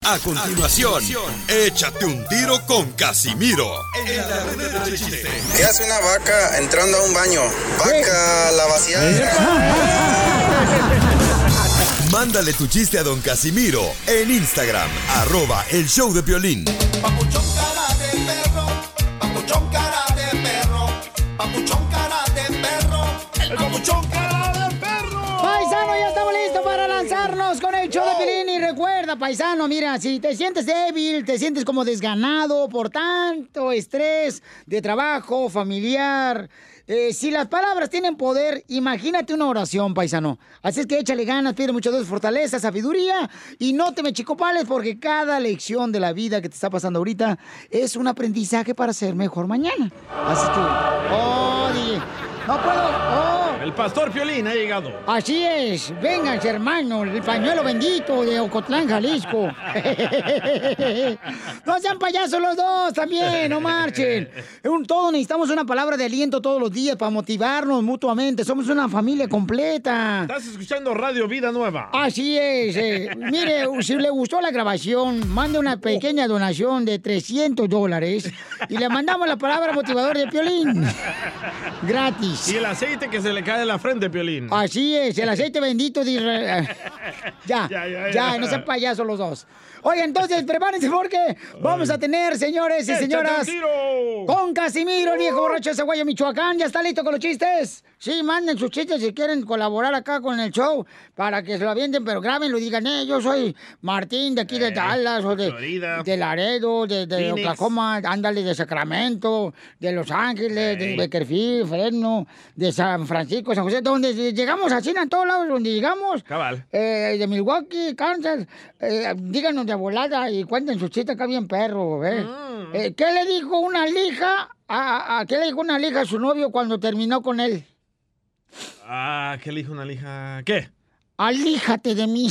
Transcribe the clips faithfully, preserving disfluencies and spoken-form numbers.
A continuación, échate un tiro con Casimiro. En la ruleta de chiste. ¿Qué hace una vaca entrando a un baño? Vaca, la vaciada. Mándale tu chiste a don Casimiro en Instagram, arroba el show de Piolín. Papuchón cara de perro, papuchón cara de perro, papuchón cara de perro, el papuchón cara de perro. Paisano, ya estamos listos para lanzarnos con el show de Piolín. Y recuerda, paisano, mira, si te sientes débil, te sientes como desganado por tanto estrés de trabajo, familiar... Eh, si las palabras tienen poder, imagínate una oración, paisano. Así es que échale ganas, pide mucho Dios, fortaleza, sabiduría y no te me chicopales porque cada lección de la vida que te está pasando ahorita es un aprendizaje para ser mejor mañana. Así que, oh, dije, no puedo, oh. El pastor Piolín ha llegado. Así es, vengan, hermano, el pañuelo bendito de Ocotlán, Jalisco. No sean payasos los dos también, no marchen. Un, todos necesitamos una palabra de aliento todos los días para motivarnos mutuamente. Somos una familia completa. Estás escuchando Radio Vida Nueva. Así es. Eh. Mire, si le gustó la grabación, mande una pequeña donación de trescientos dólares y le mandamos la palabra motivador de Piolín. Gratis. Y el aceite que se le cae de la frente, Piolín. Así es, el aceite bendito de Israel. Ya, ya, ya, ya, no sean payasos los dos. Oye, entonces, prepárense porque vamos a tener, señores y señoras, con Casimiro, el viejo borracho de Zaguayo, Michoacán. ¿Ya está listo con los chistes? Sí, manden sus chistes si quieren colaborar acá con el show para que se lo avienten, pero grábenlo y digan, eh, yo soy Martín de aquí de Dallas, o de, de Laredo, de, de Oklahoma, ándale, de Sacramento, de Los Ángeles, de Bakersfield, Fresno, de San Francisco, San José, donde llegamos así en todos lados, donde llegamos. Cabal. Eh, de Milwaukee, Kansas, eh, díganos de volada y cuenten sus chistes acá bien perro, ¿eh? Mm. Eh, ¿Qué le dijo una lija a, a qué le dijo una lija a su novio cuando terminó con él? Ah, ¿qué le dijo una lija? ¿Qué? Alíjate de mí.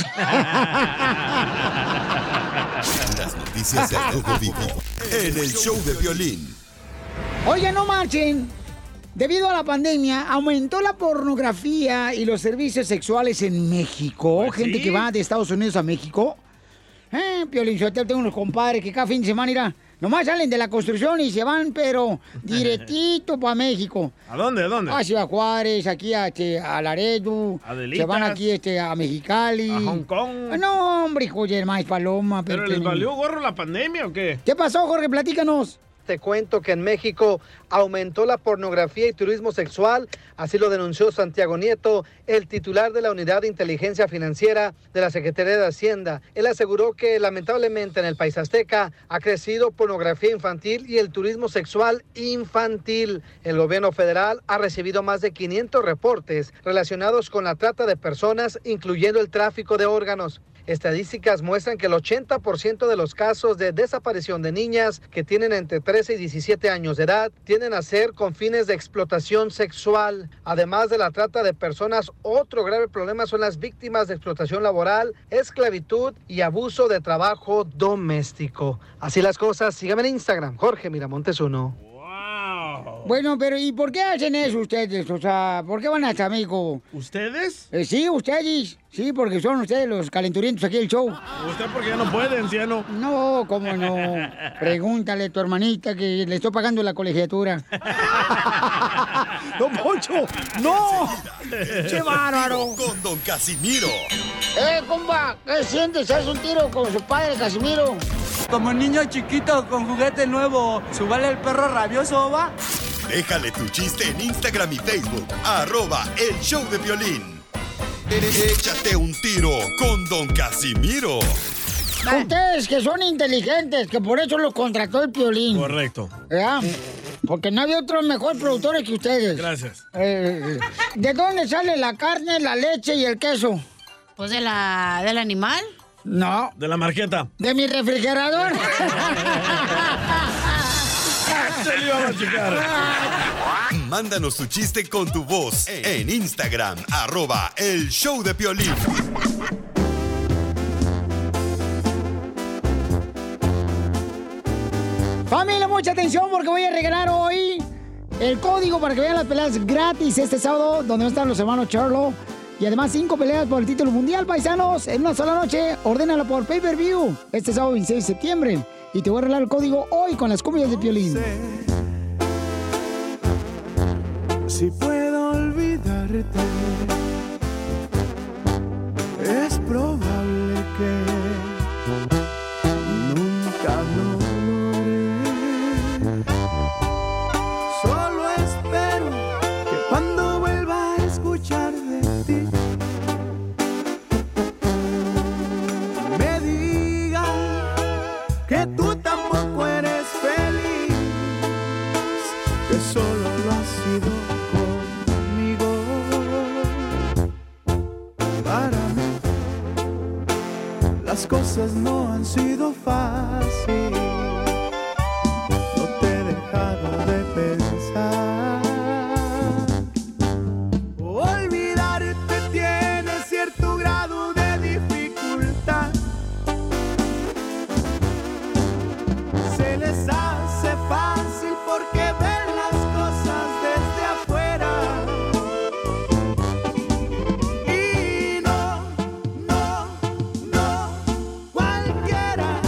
Las noticias del Rojo Vivo en el show de Piolín. Oye, no marchen. Debido a la pandemia, aumentó la pornografía y los servicios sexuales en México. Pues Gente sí. que va de Estados Unidos a México. Eh, Piolín, yo tengo unos compadres que cada fin de semana, mira, nomás salen de la construcción y se van, pero directito para México. ¿A dónde? ¿A dónde? A Ciudad Juárez, aquí a, este, a Laredo. Adelitas. Se van aquí este, a Mexicali. ¿A Hong Kong? No, hombre, hijo de maíz paloma. ¿Pero les valió gorro la pandemia o qué? ¿Qué pasó, Jorge? Platícanos. Te cuento que en México aumentó la pornografía y turismo sexual, así lo denunció Santiago Nieto, el titular de la Unidad de Inteligencia Financiera de la Secretaría de Hacienda. Él aseguró que lamentablemente en el país azteca ha crecido pornografía infantil y el turismo sexual infantil. El gobierno federal ha recibido más de quinientos reportes relacionados con la trata de personas, incluyendo el tráfico de órganos. Estadísticas muestran que el ochenta por ciento de los casos de desaparición de niñas que tienen entre trece y diecisiete años de edad tienden a ser con fines de explotación sexual. Además de la trata de personas, otro grave problema son las víctimas de explotación laboral, esclavitud y abuso de trabajo doméstico. Así las cosas, síganme en Instagram, Jorge Miramontes uno. Bueno, pero ¿y por qué hacen eso ustedes? O sea, ¿por qué van hasta México? ¿Ustedes? Eh, sí, ustedes. Sí, porque son ustedes los calenturientos aquí del show. ¿Usted porque ya no puede, anciano? No, cómo no. Pregúntale a tu hermanita que le estoy pagando la colegiatura. ¡Don Poncho! ¡No! ¡Qué bárbaro! Con don Casimiro. ¡Eh, compa! ¿Qué sientes? ¿Haz un tiro con su padre, Casimiro? Como niño chiquito con juguete nuevo, ¿subale el perro rabioso, va? Déjale tu chiste en Instagram y Facebook, arroba el show de Piolín. Échate un tiro con don Casimiro. Ustedes que son inteligentes, que por eso los contrató el Piolín. Correcto. ¿Verdad? Porque no había otros mejor productores que ustedes. Gracias. Eh, ¿De dónde sale la carne, la leche y el queso? Pues de la, del animal. No. De la marqueta. De mi refrigerador. Se le iba a machucar. Mándanos tu chiste con tu voz en Instagram, arroba el show de Piolín. Familia, mucha atención porque voy a regalar hoy el código para que vean las peleas gratis este sábado, donde están los hermanos Charlo Y además cinco peleas por el título mundial, paisanos, en una sola noche. Ordénalo por pay-per-view este sábado veintiséis de septiembre. Y te voy a regalar el código hoy con las cumbias de Piolín. Si puedo olvidarte, es probable que nunca lo logré. Solo espero que cuando vuelva a escuchar de ti, me diga que tú tampoco eres feliz, que solo lo has sido conmigo. Para mí las cosas no han sido fáciles, no te he dejado de pensar. Olvidarte tiene cierto grado de dificultad, se les hace fácil porque ven las cosas desde afuera. Y no, no, no, cualquiera.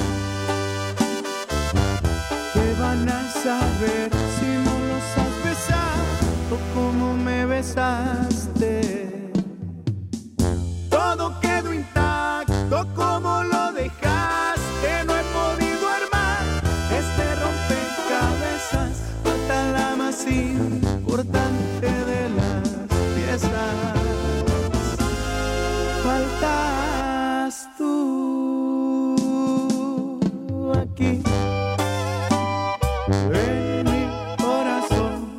¿Qué van a saber si no los has besado como me besaste? Todo quedó intacto como lo dejaste. No he podido armar este rompecabezas, falta la más importante de las piezas. Faltas tú aquí en mi corazón.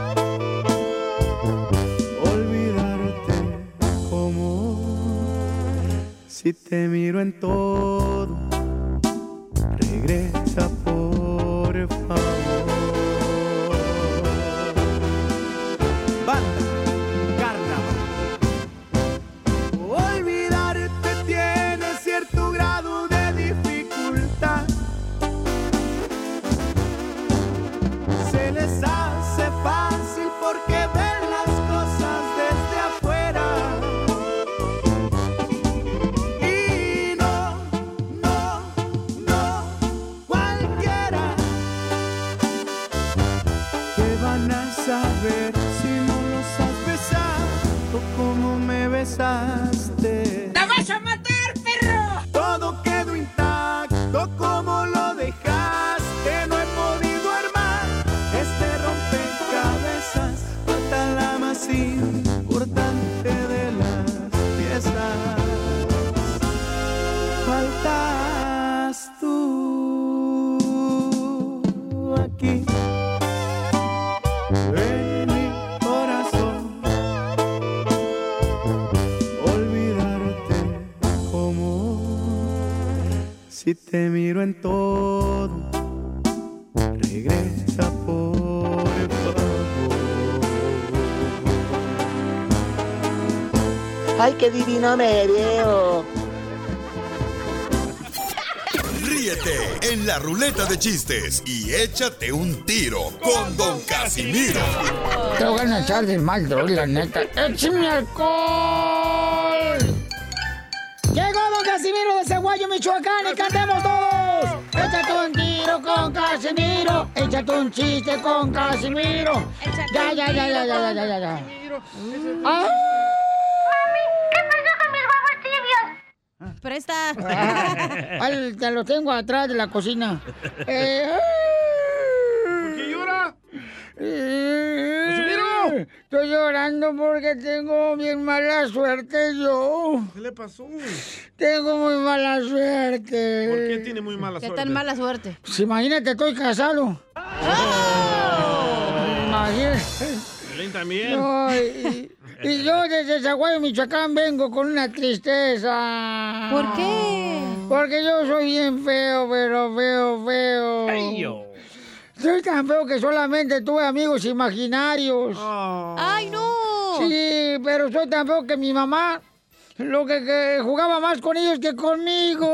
Olvidarte como si te miro en todo. Regresa por favor. Banda Carnaval. Olvidarte tiene cierto grado de dificultad, se les hace fácil porque ven las cosas desde afuera. Y no, no, no, cualquiera. ¿Qué van a saber si no los has besado como me besaste? ¡Te vas a matar, perro! Todo quedó intacto como lo dejaste. No he podido armar este rompecabezas, falta la más importante de las piezas. Faltas tú aquí en mi corazón. Olvidarte como si te miro en todo. Regresa por favor. ¡Ay, qué divino me veo! Ríete en la ruleta de chistes y échate un tiro con Don Casimiro. Te voy a echar de mal, droga, la neta. ¡Échame alcohol! Llegó Don Casimiro de Zaguayo, Michoacán, y cantemos todos. Échate un tiro con Casimiro, échate un chiste con Casimiro. Ya, ya, ya, ya, ya, ya, ya, ya. ¡Ah! Presta. Ay, te lo tengo atrás de la cocina. Eh, ¿Por qué llora? eh, ¡Casimiro! Estoy llorando porque tengo bien mala suerte yo. ¿Qué le pasó? Tengo muy mala suerte. ¿Por qué tiene muy mala ¿Qué suerte? tan mala suerte? Pues imagínate, estoy casado. ¡Oh! Imagínate. Piolín también. No, y, y yo desde Zaguayo, Michoacán, vengo con una tristeza. ¿Por qué? Porque yo soy bien feo, pero feo, feo. Ay, yo. Soy tan feo que solamente tuve amigos imaginarios. Oh. ¡Ay, no! Sí, pero soy tan feo que mi mamá lo que, que jugaba más con ellos que conmigo.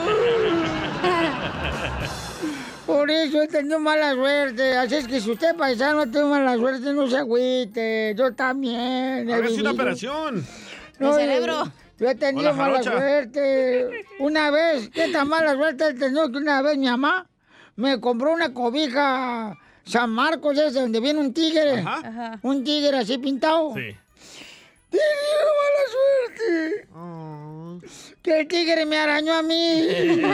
Por eso he tenido mala suerte. Así es que si usted, paisano, tiene mala suerte, no se agüite. Yo también. he Hágase una vivido. operación. El cerebro. Yo he tenido O la mala jarocha. suerte. Una vez, ¿qué tan mala suerte he tenido que una vez mi mamá me compró una cobija San Marcos, ese donde viene un tigre? Ajá. Ajá. Un tigre así pintado. Sí. Tenía mala suerte. Que el tigre me arañó a mí.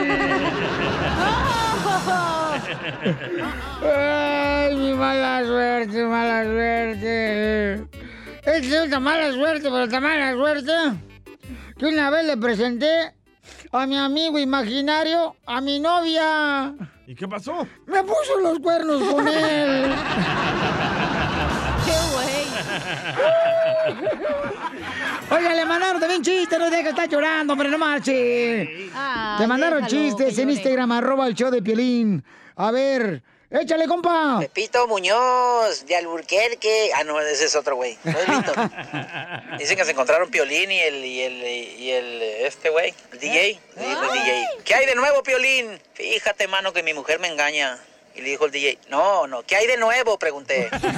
Ay, mi mala suerte, mala suerte. Es una mala suerte, pero tan mala suerte que una vez le presenté a mi amigo imaginario a mi novia. ¿Y qué pasó? Me puso los cuernos con él. ¡Qué güey! Oiga, le mandaron también chistes, no deja de estar llorando, hombre, no marche. Ay, Te mandaron déjalo, chistes que en llore. Instagram, arroba el show de Piolín. A ver, échale, compa. Pepito Muñoz, de Alburquerque. Ah, no, ese es otro güey. No es Lito. Dicen que se encontraron Piolín y el, y el, y el, este güey, el D J. Le dijo el D J, ¿qué hay de nuevo, Piolín? Fíjate, mano, que mi mujer me engaña. Y le dijo el D J, no, no, ¿qué hay de nuevo? Pregunté. Lo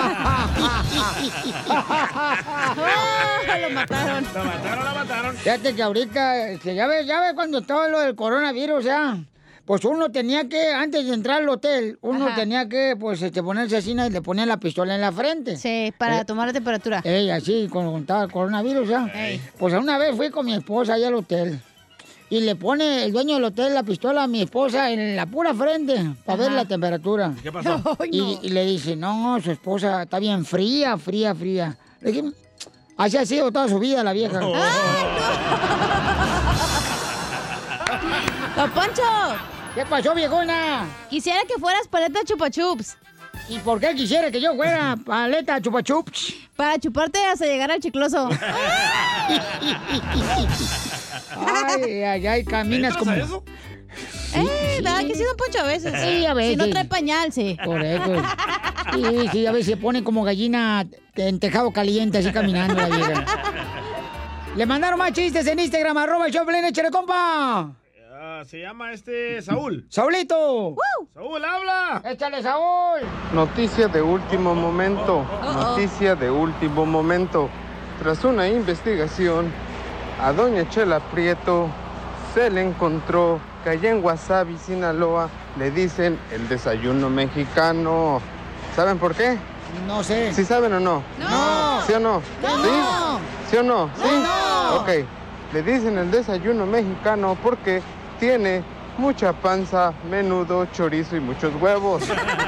mataron. La mataron, la mataron. Fíjate que ahorita, este, ya ves, ya ves cuando estaba lo del coronavirus, o sea, pues uno tenía que, antes de entrar al hotel, uno Ajá. tenía que, pues, este, ponerse así y le ponían la pistola en la frente. Sí, para Eh, tomar la temperatura. Ey, así, cuando estaba el coronavirus, ¿ya? Ey. Pues una vez fui con mi esposa allá al hotel. Y le pone el dueño del hotel la pistola a mi esposa en la pura frente para ver Ajá. la temperatura. ¿Qué pasó? Ay, Y, no. y le dice, no, su esposa está bien fría, fría, fría. Le dije, así ha sido toda su vida la vieja. Oh. ¡Don Poncho! ¿Qué pasó, viejona? Quisiera que fueras paleta chupa chups. ¿Y por qué quisiera que yo fuera paleta chupachups? Para chuparte hasta llegar al chicloso. Ay, ay, ay, caminas como... eso? eh, ¿verdad que sí, Don Poncho? A veces. Sí, a veces. Si no trae pañal, sí. Correcto. Sí, sí, a veces se pone como gallina en tejado caliente, así caminando la vieja. Le mandaron más chistes en Instagram, arroba el show de Piolín, échale, compa. Ah, se llama este Saúl. Saulito. Saúl, habla. Échale, Saúl. Noticia de último momento. Noticia de último momento. Tras una investigación, a doña Chela Prieto se le encontró que allá en Guasave, Sinaloa, le dicen el desayuno mexicano. ¿Saben por qué? No sé. ¿Sí saben o no? No. ¿Sí o no? No. ¿Sí? ¿Sí o no? ¿Sí? No. Ok. Le dicen el desayuno mexicano porque tiene mucha panza, menudo, chorizo y muchos huevos.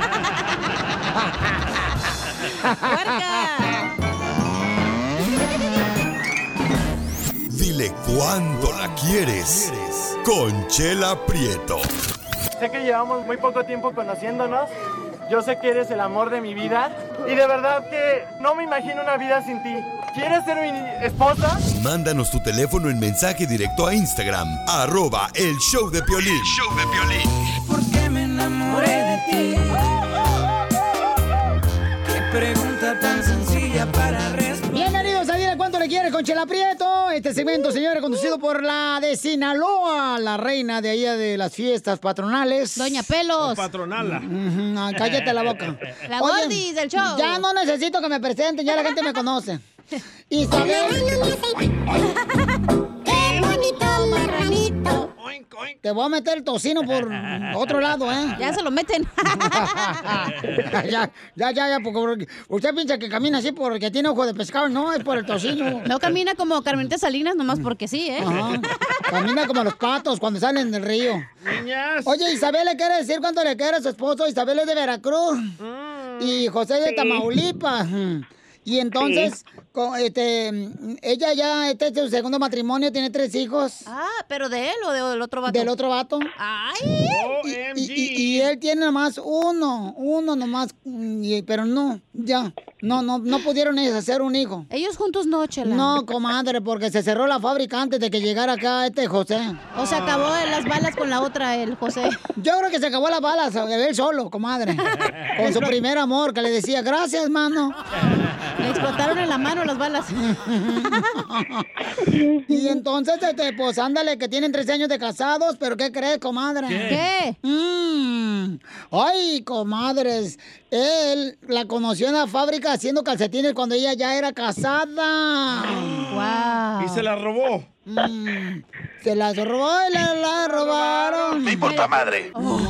Dile cuándo la quieres. Conchela Prieto. Sé que llevamos muy poco tiempo conociéndonos. Yo sé que eres el amor de mi vida. Y de verdad que no me imagino una vida sin ti. ¿Quieres ser mi esposa? Mándanos tu teléfono en mensaje directo a Instagram, arroba el show de Piolín. El show de Piolín. Porque me enamoré de ti. Qué pregunta tan sencilla para responder. Bienvenidos a Dile Cuánto Le Quieres con Chela Prieto. Este segmento, señores, conducido por la de Sinaloa, la reina de allá de las fiestas patronales. Doña Pelos. Patronala. Ujú, ah, cállate la boca. La Oye, Goldis del show. Ya no necesito que me presenten, ya la gente me conoce. Isabel. ¡Qué bonito marranito! Te voy a meter el tocino por otro lado, ¿eh? Ya se lo meten. ya, ya, ya, ya, porque usted piensa que camina así porque tiene ojo de pescado, no, es por el tocino. No camina como Carmelita Salinas, nomás porque sí, ¿eh? Ajá. Camina como los patos cuando salen del río. Niñas. Oye, Isabel le quiere decir cuánto le quiere a su esposo. Isabel es de Veracruz. Y José de Sí. Tamaulipas. Y entonces, co- este, ella ya, este es su segundo matrimonio, tiene tres hijos. Ah, ¿pero de él o de- del otro vato? Del otro vato. ¡Ay! Y, y- y él tiene nomás uno, uno nomás, mm, y- pero no, ya, no, no, no pudieron ellos hacer un hijo. Ellos juntos no, Chela. No, comadre, porque se cerró la fábrica antes de que llegara acá este José. O se acabó las balas con la otra, el José. Yo creo que se acabó las balas, él solo, comadre. Con su primer amor, que le decía, gracias, mano. Le explotaron en la mano las balas. Y entonces, este, pues ándale, que tienen trece años de casados, pero ¿qué crees, comadre? ¿Qué? Mm. Ay, comadres, él la conoció en la fábrica haciendo calcetines cuando ella ya era casada. Wow. Y se la robó. Mm, se la robó y la, la robaron. No importa, madre.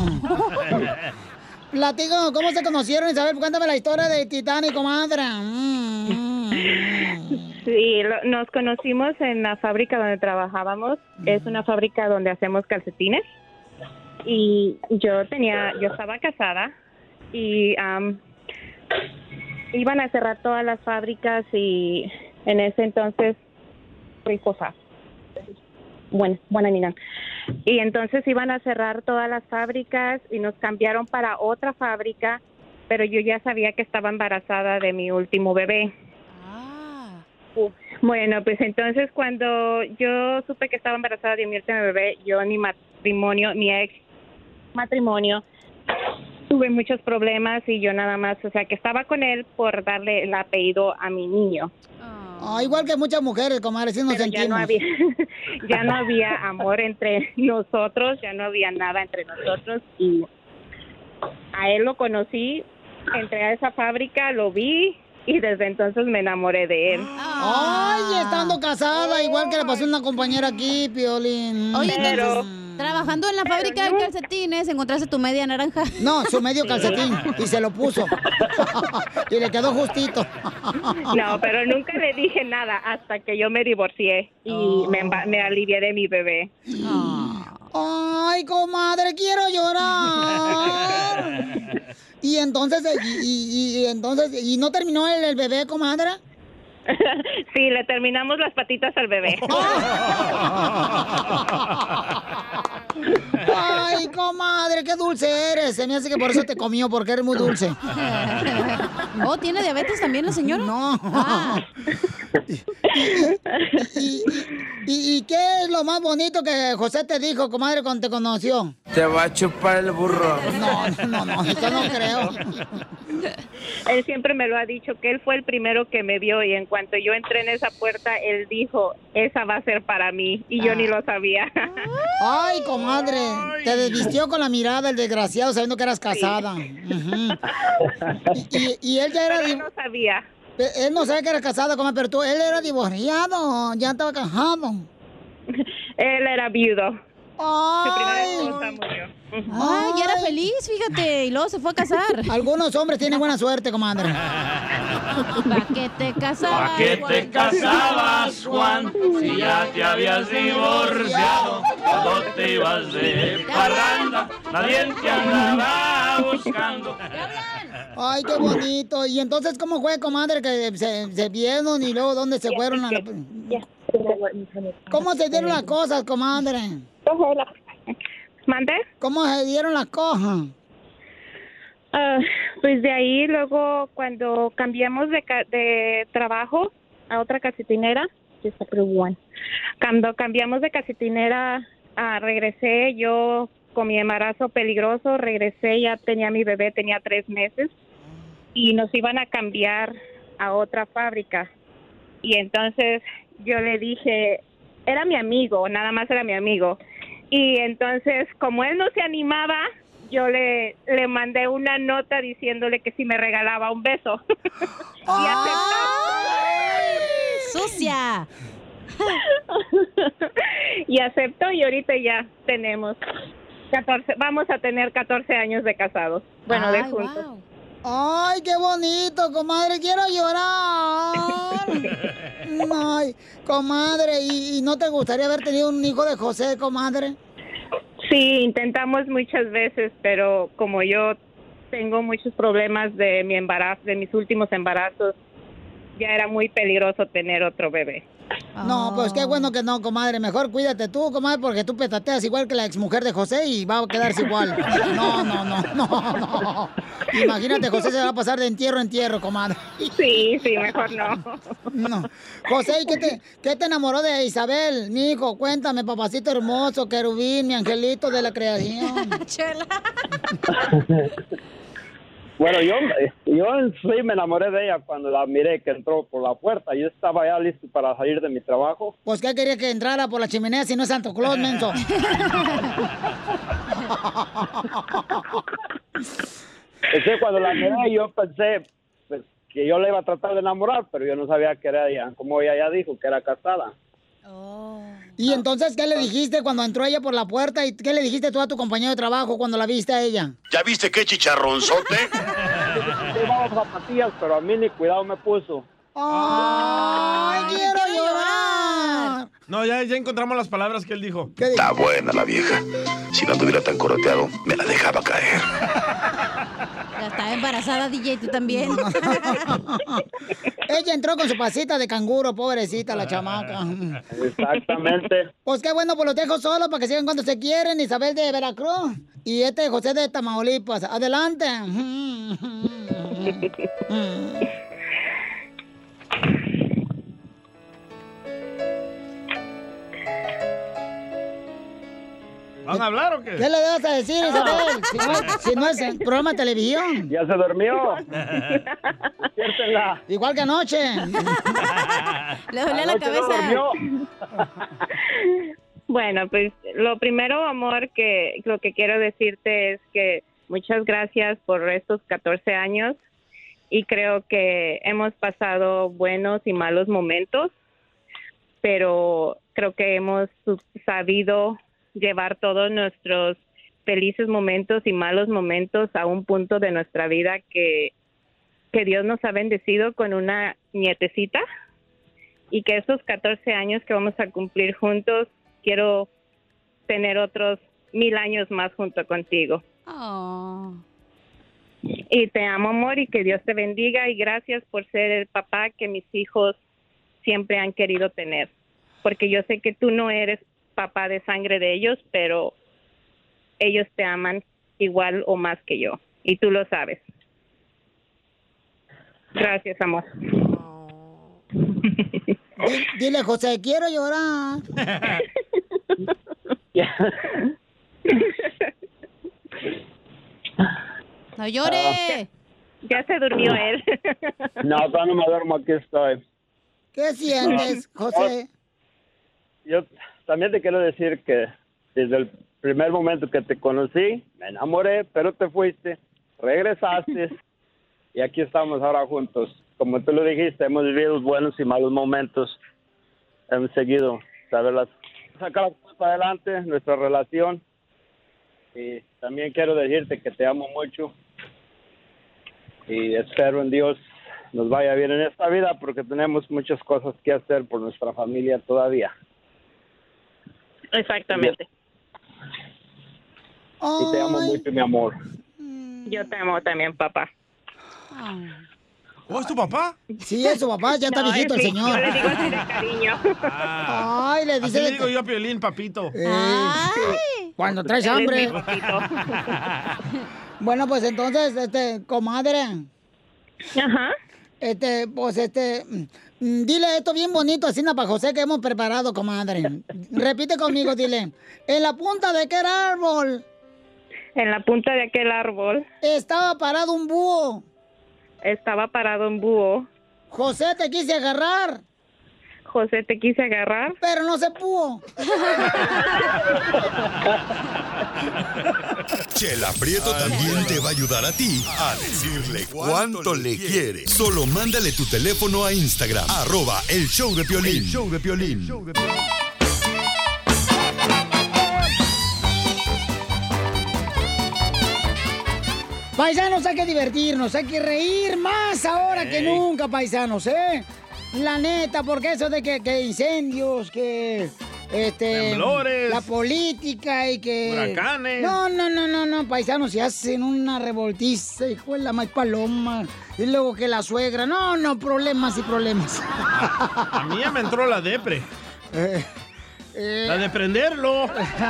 Platico, ¿cómo se conocieron, Isabel? Cuéntame la historia de Titanic, comadre. Mm. Sí, lo- nos conocimos en la fábrica donde trabajábamos. Es una fábrica donde hacemos calcetines. Y yo tenía, yo estaba casada y am, iban a cerrar todas las fábricas y en ese entonces ricosa. Bueno, buena niña. Y entonces iban a cerrar todas las fábricas y nos cambiaron para otra fábrica, pero yo ya sabía que estaba embarazada de mi último bebé. Uh, Bueno, pues entonces cuando yo supe que estaba embarazada de mi último bebé, yo en mi matrimonio, mi ex matrimonio, tuve muchos problemas y yo nada más, o sea, que estaba con él por darle el apellido a mi niño. Ah, igual que muchas mujeres, comadre, sí nos Pero ya sentimos. no había, ya no había amor entre nosotros, ya no había nada entre nosotros y a él lo conocí, entré a esa fábrica, lo vi y desde entonces me enamoré de él. Ay, estando casada, igual que le pasó a una compañera aquí, Piolín. Oye, entonces, trabajando en la fábrica de calcetines, encontraste tu media naranja. No, su medio calcetín, y se lo puso. Y le quedó justito. No, pero nunca le dije nada hasta que yo me divorcié y me, emba- me alivié de mi bebé. Ay, comadre, quiero llorar. Y entonces, y, y- y entonces, ¿y no terminó el, el bebé, comadre? Sí, le terminamos las patitas al bebé. Ay, comadre, qué dulce eres. Se me hace que por eso te comió, porque eres muy dulce. Oh, ¿tiene diabetes también la señora? No. ¿Y, y, y qué es lo más bonito que José te dijo, comadre, cuando te conoció? Te va a chupar el burro. No, no, no, eso no creo. Él siempre me lo ha dicho, que él fue el primero que me vio y en cuanto yo entré en esa puerta, él dijo, esa va a ser para mí, y yo ni lo sabía. Ay, comadre, te desvistió con la mirada el desgraciado sabiendo que eras casada. Ujú. y, y- y él ya era... Pero él di- no sabía. Él no sabía que eras casada, comadre, pero tú, él era divorciado, ya estaba casado. Él era viudo. Ay. Su primera esposa murió. Ay, ya era feliz, fíjate, y luego se fue a casar. Algunos hombres tienen buena suerte, comadre. ¿Para qué te casabas? ¿Para qué te casabas, Juan? Si ya te habías divorciado, cuando te ibas de parranda, nadie te andaba buscando. Ay, qué bonito. Y entonces, ¿cómo fue, comadre, que se, se vieron y luego dónde se fueron? A la... ¿Cómo se dieron las cosas, comadre? ¿Mande? ¿Cómo se dieron las cosas? Ah, pues de ahí luego cuando cambiamos de, ca- de trabajo a otra calcetinera, cuando cambiamos de calcetinera, ah, regresé yo con mi embarazo peligroso, regresé, ya tenía mi bebé, tenía tres meses y nos iban a cambiar a otra fábrica y entonces yo le dije, era mi amigo, nada más era mi amigo y entonces como él no se animaba, yo le, le mandé una nota diciéndole que si me regalaba un beso. Y aceptó. ¡Sucia! Y aceptó y ahorita ya tenemos catorce, vamos a tener catorce años de casados. Bueno, de Ay, juntos. Ay, qué bonito, comadre, quiero llorar. Ay, comadre, ¿y, y no te gustaría haber tenido un hijo de José, comadre? Sí, intentamos muchas veces, pero como yo tengo muchos problemas de mi embarazo, de mis últimos embarazos, ya era muy peligroso tener otro bebé. No, pues qué bueno que no, comadre. Mejor cuídate tú, comadre, porque tú petateas igual que la exmujer de José y va a quedarse igual. No, no, no, no, no. Imagínate, José se va a pasar de entierro en entierro, comadre. Sí, sí, mejor no. No. José, ¿y qué te, qué te enamoró de Isabel? Mi hijo, cuéntame, papacito hermoso, querubín, mi angelito de la creación. Bueno, yo, yo en sí me enamoré de ella cuando la miré que entró por la puerta. Yo estaba ya listo para salir de mi trabajo. Pues, ¿qué quería que entrara por la chimenea si no es Santo Claus, menso? Sí, Entonces cuando la miré yo pensé pues, que yo la iba a tratar de enamorar, pero yo no sabía que era ella, como ella ya dijo, que era casada. ¿Y entonces qué le dijiste cuando entró ella por la puerta? ¿Y qué le dijiste tú a tu compañero de trabajo cuando la viste a ella? ¿Ya viste qué chicharronzote? Llevaba zapatillas, pero a mí ni cuidado me puso. ¡Ay, quiero llorar! No, ya, ya encontramos las palabras que él dijo. Está buena la vieja. Si no estuviera tan coroteado, me la dejaba caer. Ya estaba embarazada, D J, tú también. Ella entró con su pasita de canguro, pobrecita la chamaca. Exactamente. Pues qué bueno, pues los dejo solos para que sigan cuando se quieren. Isabel de Veracruz y este José de Tamaulipas. Adelante. ¿Van a hablar o qué? ¿Qué le vas a decir, Isabel? Si no, si no es el programa de televisión. Ya se durmió. Despiértenla. Igual que anoche. Le duele la cabeza. Bueno, pues lo primero, amor, que lo que quiero decirte es que muchas gracias por estos catorce años y creo que hemos pasado buenos y malos momentos, pero creo que hemos sabido llevar todos nuestros felices momentos y malos momentos a un punto de nuestra vida que, que Dios nos ha bendecido con una nietecita y que estos catorce años que vamos a cumplir juntos, quiero tener otros mil años más junto contigo. Oh. Y te amo, amor, y que Dios te bendiga y gracias por ser el papá que mis hijos siempre han querido tener, porque yo sé que tú no eres papá de sangre de ellos, pero ellos te aman igual o más que yo, y tú lo sabes. Gracias, amor. Dile, José, quiero llorar. No llore. Ya se durmió él. No, todavía no me duermo, aquí estoy. ¿Qué sientes, José? Yo también te quiero decir que desde el primer momento que te conocí, me enamoré, pero te fuiste, regresaste y aquí estamos ahora juntos. Como tú lo dijiste, hemos vivido buenos y malos momentos. Hemos seguido, saberlas, sacar las cosas para adelante, nuestra relación. Y también quiero decirte que te amo mucho y espero en Dios nos vaya bien en esta vida porque tenemos muchas cosas que hacer por nuestra familia todavía. Exactamente. Y te amo mucho, mi amor. Yo te amo también, papá. ¿Oh, es tu papá? Sí, es su papá, ya está No, viejito el sí, señor. yo le digo así de cariño. Ah, Ay, le dice así de- le digo yo a Piolín, papito. Eh, cuando traes Él es hambre. mi papito. Bueno, pues entonces, este, comadre. Ajá. Este, pues este, mm, dile esto bien bonito, así para José que hemos preparado, comadre. Repite conmigo, dile. En la punta de aquel árbol. En la punta de aquel árbol. Estaba parado un búho. Estaba parado un búho. José, te quise agarrar. José, te quise agarrar. Pero no se pudo. Chela Prieto también te va a ayudar a ti a decirle cuánto le quiere. Solo mándale tu teléfono a Instagram, arroba el show de Piolín. El show de Piolín. Paisanos, hay que divertirnos, hay que reír más ahora que nunca, paisanos, ¿eh? La neta, porque eso de que, que incendios, que... Este, Temblores. La política y que... Huracanes. No, no, no, no, no, paisanos, se hacen una revoltiza, hijo de la más paloma. Y luego que la suegra, no, no, problemas y problemas. A, a mí ya me entró la depre. Eh, eh, La de prenderlo.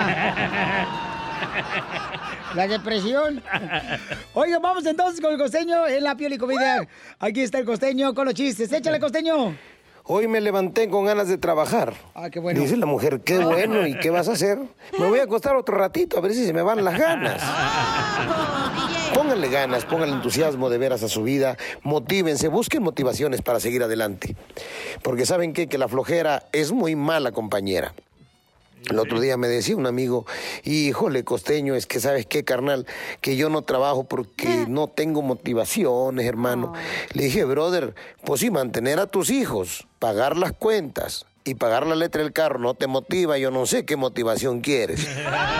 La depresión. Oiga, vamos entonces con el costeño en la Pioli Comedia. Aquí está el costeño con los chistes. Échale, costeño. Hoy me levanté con ganas de trabajar. Ah, qué bueno. Dice la mujer, qué bueno, ¿y qué vas a hacer? Me voy a acostar otro ratito a ver si se me van las ganas. Pónganle ganas, pónganle entusiasmo de veras a su vida, motívense, busquen motivaciones para seguir adelante. Porque ¿saben qué? Que la flojera es muy mala compañera. El otro día me decía un amigo, híjole, costeño, es que sabes qué, carnal, que yo no trabajo porque no tengo motivaciones, hermano. Le dije, brother, pues sí, mantener a tus hijos, pagar las cuentas y pagar la letra del carro no te motiva, yo no sé qué motivación quieres. Sí,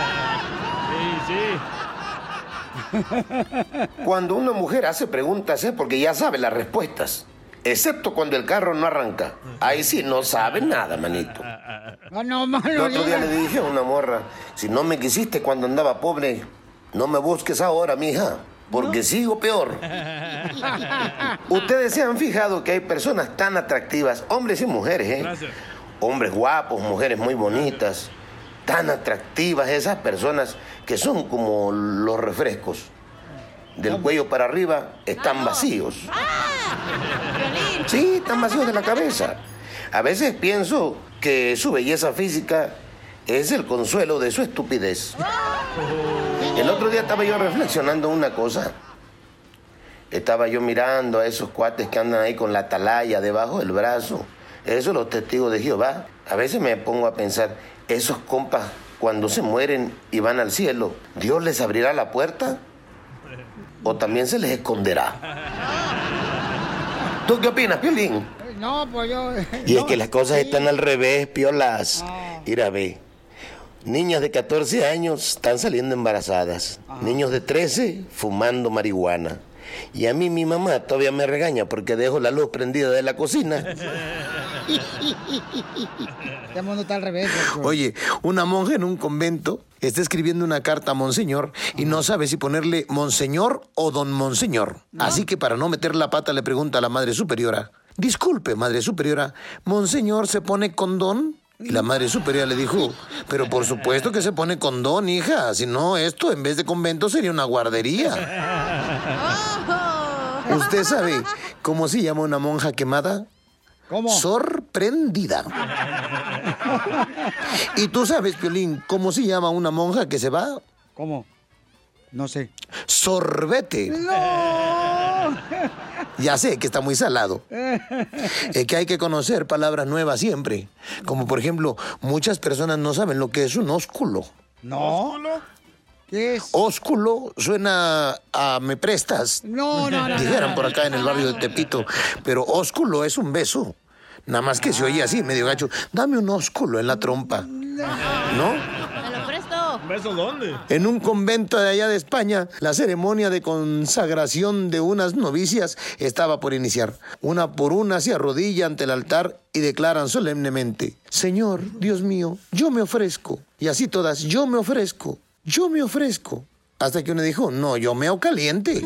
sí. Cuando una mujer hace preguntas es porque ya sabe las respuestas. Excepto cuando el carro no arranca. Ahí sí no sabe nada, manito. No, no, mano, El otro día le dije a una morra, si no me quisiste cuando andaba pobre, no me busques ahora, mija, porque sigo peor. Ustedes se han fijado que hay personas tan atractivas, hombres y mujeres, ¿eh? Gracias. Hombres guapos, mujeres muy bonitas, tan atractivas esas personas que son como los refrescos. Del cuello para arriba están vacíos. Sí, están vacíos de la cabeza. A veces pienso que su belleza física es el consuelo de su estupidez. El otro día estaba yo reflexionando una cosa. Estaba yo mirando a esos cuates que andan ahí con la atalaya debajo del brazo. Esos los testigos de Jehová. A veces me pongo a pensar, esos compas cuando se mueren y van al cielo, ¿Dios les abrirá la puerta? ¿O también se les esconderá? ¿Tú qué opinas, Piolín? No, pues yo... Y no, es que las cosas sí. están al revés, piolas. Mira, ve. Niñas de catorce años están saliendo embarazadas. Niños de trece fumando marihuana. Y a mí mi mamá todavía me regaña porque dejo la luz prendida de la cocina. Este mundo está al revés. Doctor. Oye, una monja en un convento está escribiendo una carta a Monseñor y no sabe si ponerle Monseñor o Don Monseñor. ¿No? Así que para no meter la pata le pregunta a la Madre Superiora, disculpe, Madre Superiora, ¿Monseñor se pone con Don? Y la Madre Superiora le dijo, pero por supuesto que se pone con Don, hija, si no esto en vez de convento sería una guardería. ¿Usted sabe cómo se llama una monja quemada? ¿Cómo? Sorprendida. ¿Y tú sabes, Piolín, cómo se llama una monja que se va? ¿Cómo? No sé. Sorbete. ¡No! Ya sé que está muy salado. Es que hay que conocer palabras nuevas siempre. Como por ejemplo, muchas personas no saben lo que es un ósculo. ¿No? ¿Qué es? Ósculo suena a me prestas. No, no, no. Dijeran por acá en el barrio de Tepito. Pero ósculo es un beso. Nada más que se oye así, medio gacho. Dame un ósculo en la trompa. ¿No? Te lo presto. ¿Un beso dónde? En un convento de allá de España, la ceremonia de consagración de unas novicias estaba por iniciar. Una por una se arrodilla ante el altar y declaran solemnemente, Señor, Dios mío, yo me ofrezco. Y así todas, yo me ofrezco, yo me ofrezco. Hasta que uno dijo, no, yo meo caliente.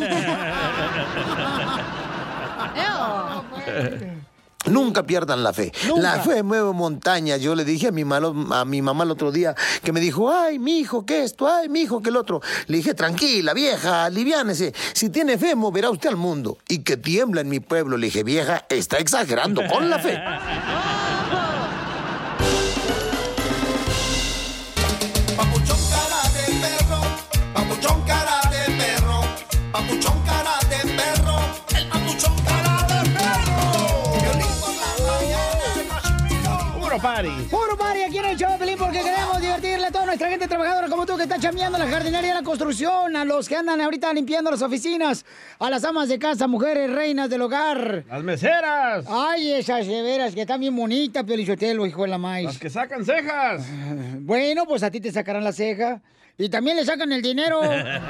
Nunca pierdan la fe. Nunca. La fe mueve montañas. Yo le dije a mi, malo, a mi mamá el otro día que me dijo, ay, mi hijo, que esto, ay, mi hijo, que el otro. Le dije, tranquila, vieja, aliviánese. Si tiene fe, moverá usted al mundo. Y que tiembla en mi pueblo. Le dije, vieja, está exagerando con la fe. Papuchón cara de perro, papuchón cara de perro, papuchón cara de perro, el papuchón cara de perro. Violín por la mañana. Puro party. Puro party aquí en el show, Pelín, porque queremos divertirle a toda nuestra gente trabajadora como tú que está chambeando en la jardinería, en la construcción, a los que andan ahorita limpiando las oficinas, a las amas de casa, mujeres, reinas del hogar. Las meseras. Ay, esas de veras que están bien bonitas, Piolichotelo, hijo de la maíz. Las que sacan cejas. Bueno, pues a ti te sacarán la ceja. Y también le sacan el dinero.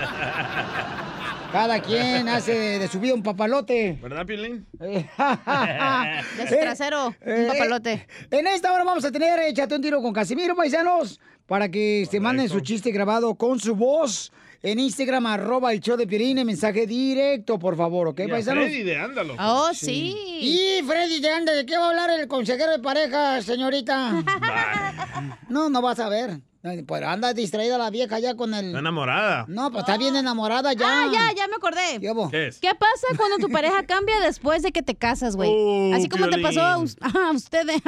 Cada quien hace de, de su vida un papalote. ¿Verdad, Piolín? De su trasero, un papalote. En esta hora vamos a tener Échate un tiro con Casimiro, paisanos, para que se manden su chiste grabado con su voz en Instagram, arroba el show de Piolín, en mensaje directo, por favor, ¿ok, Y a paisanos? Freddy de Ándalo. Oh, sí. Y Freddy de Ándalo, ¿de qué va a hablar el consejero de pareja, señorita? No, no vas a ver. Pues anda distraída la vieja ya con el... Está enamorada. No, pues está bien enamorada ya. Ah, ya, ya me acordé. ¿Qué hubo? ¿Qué es? ¿Qué pasa cuando tu pareja cambia después de que te casas, güey? Oh, Así como te Piolín. pasó a, us- a ustedes.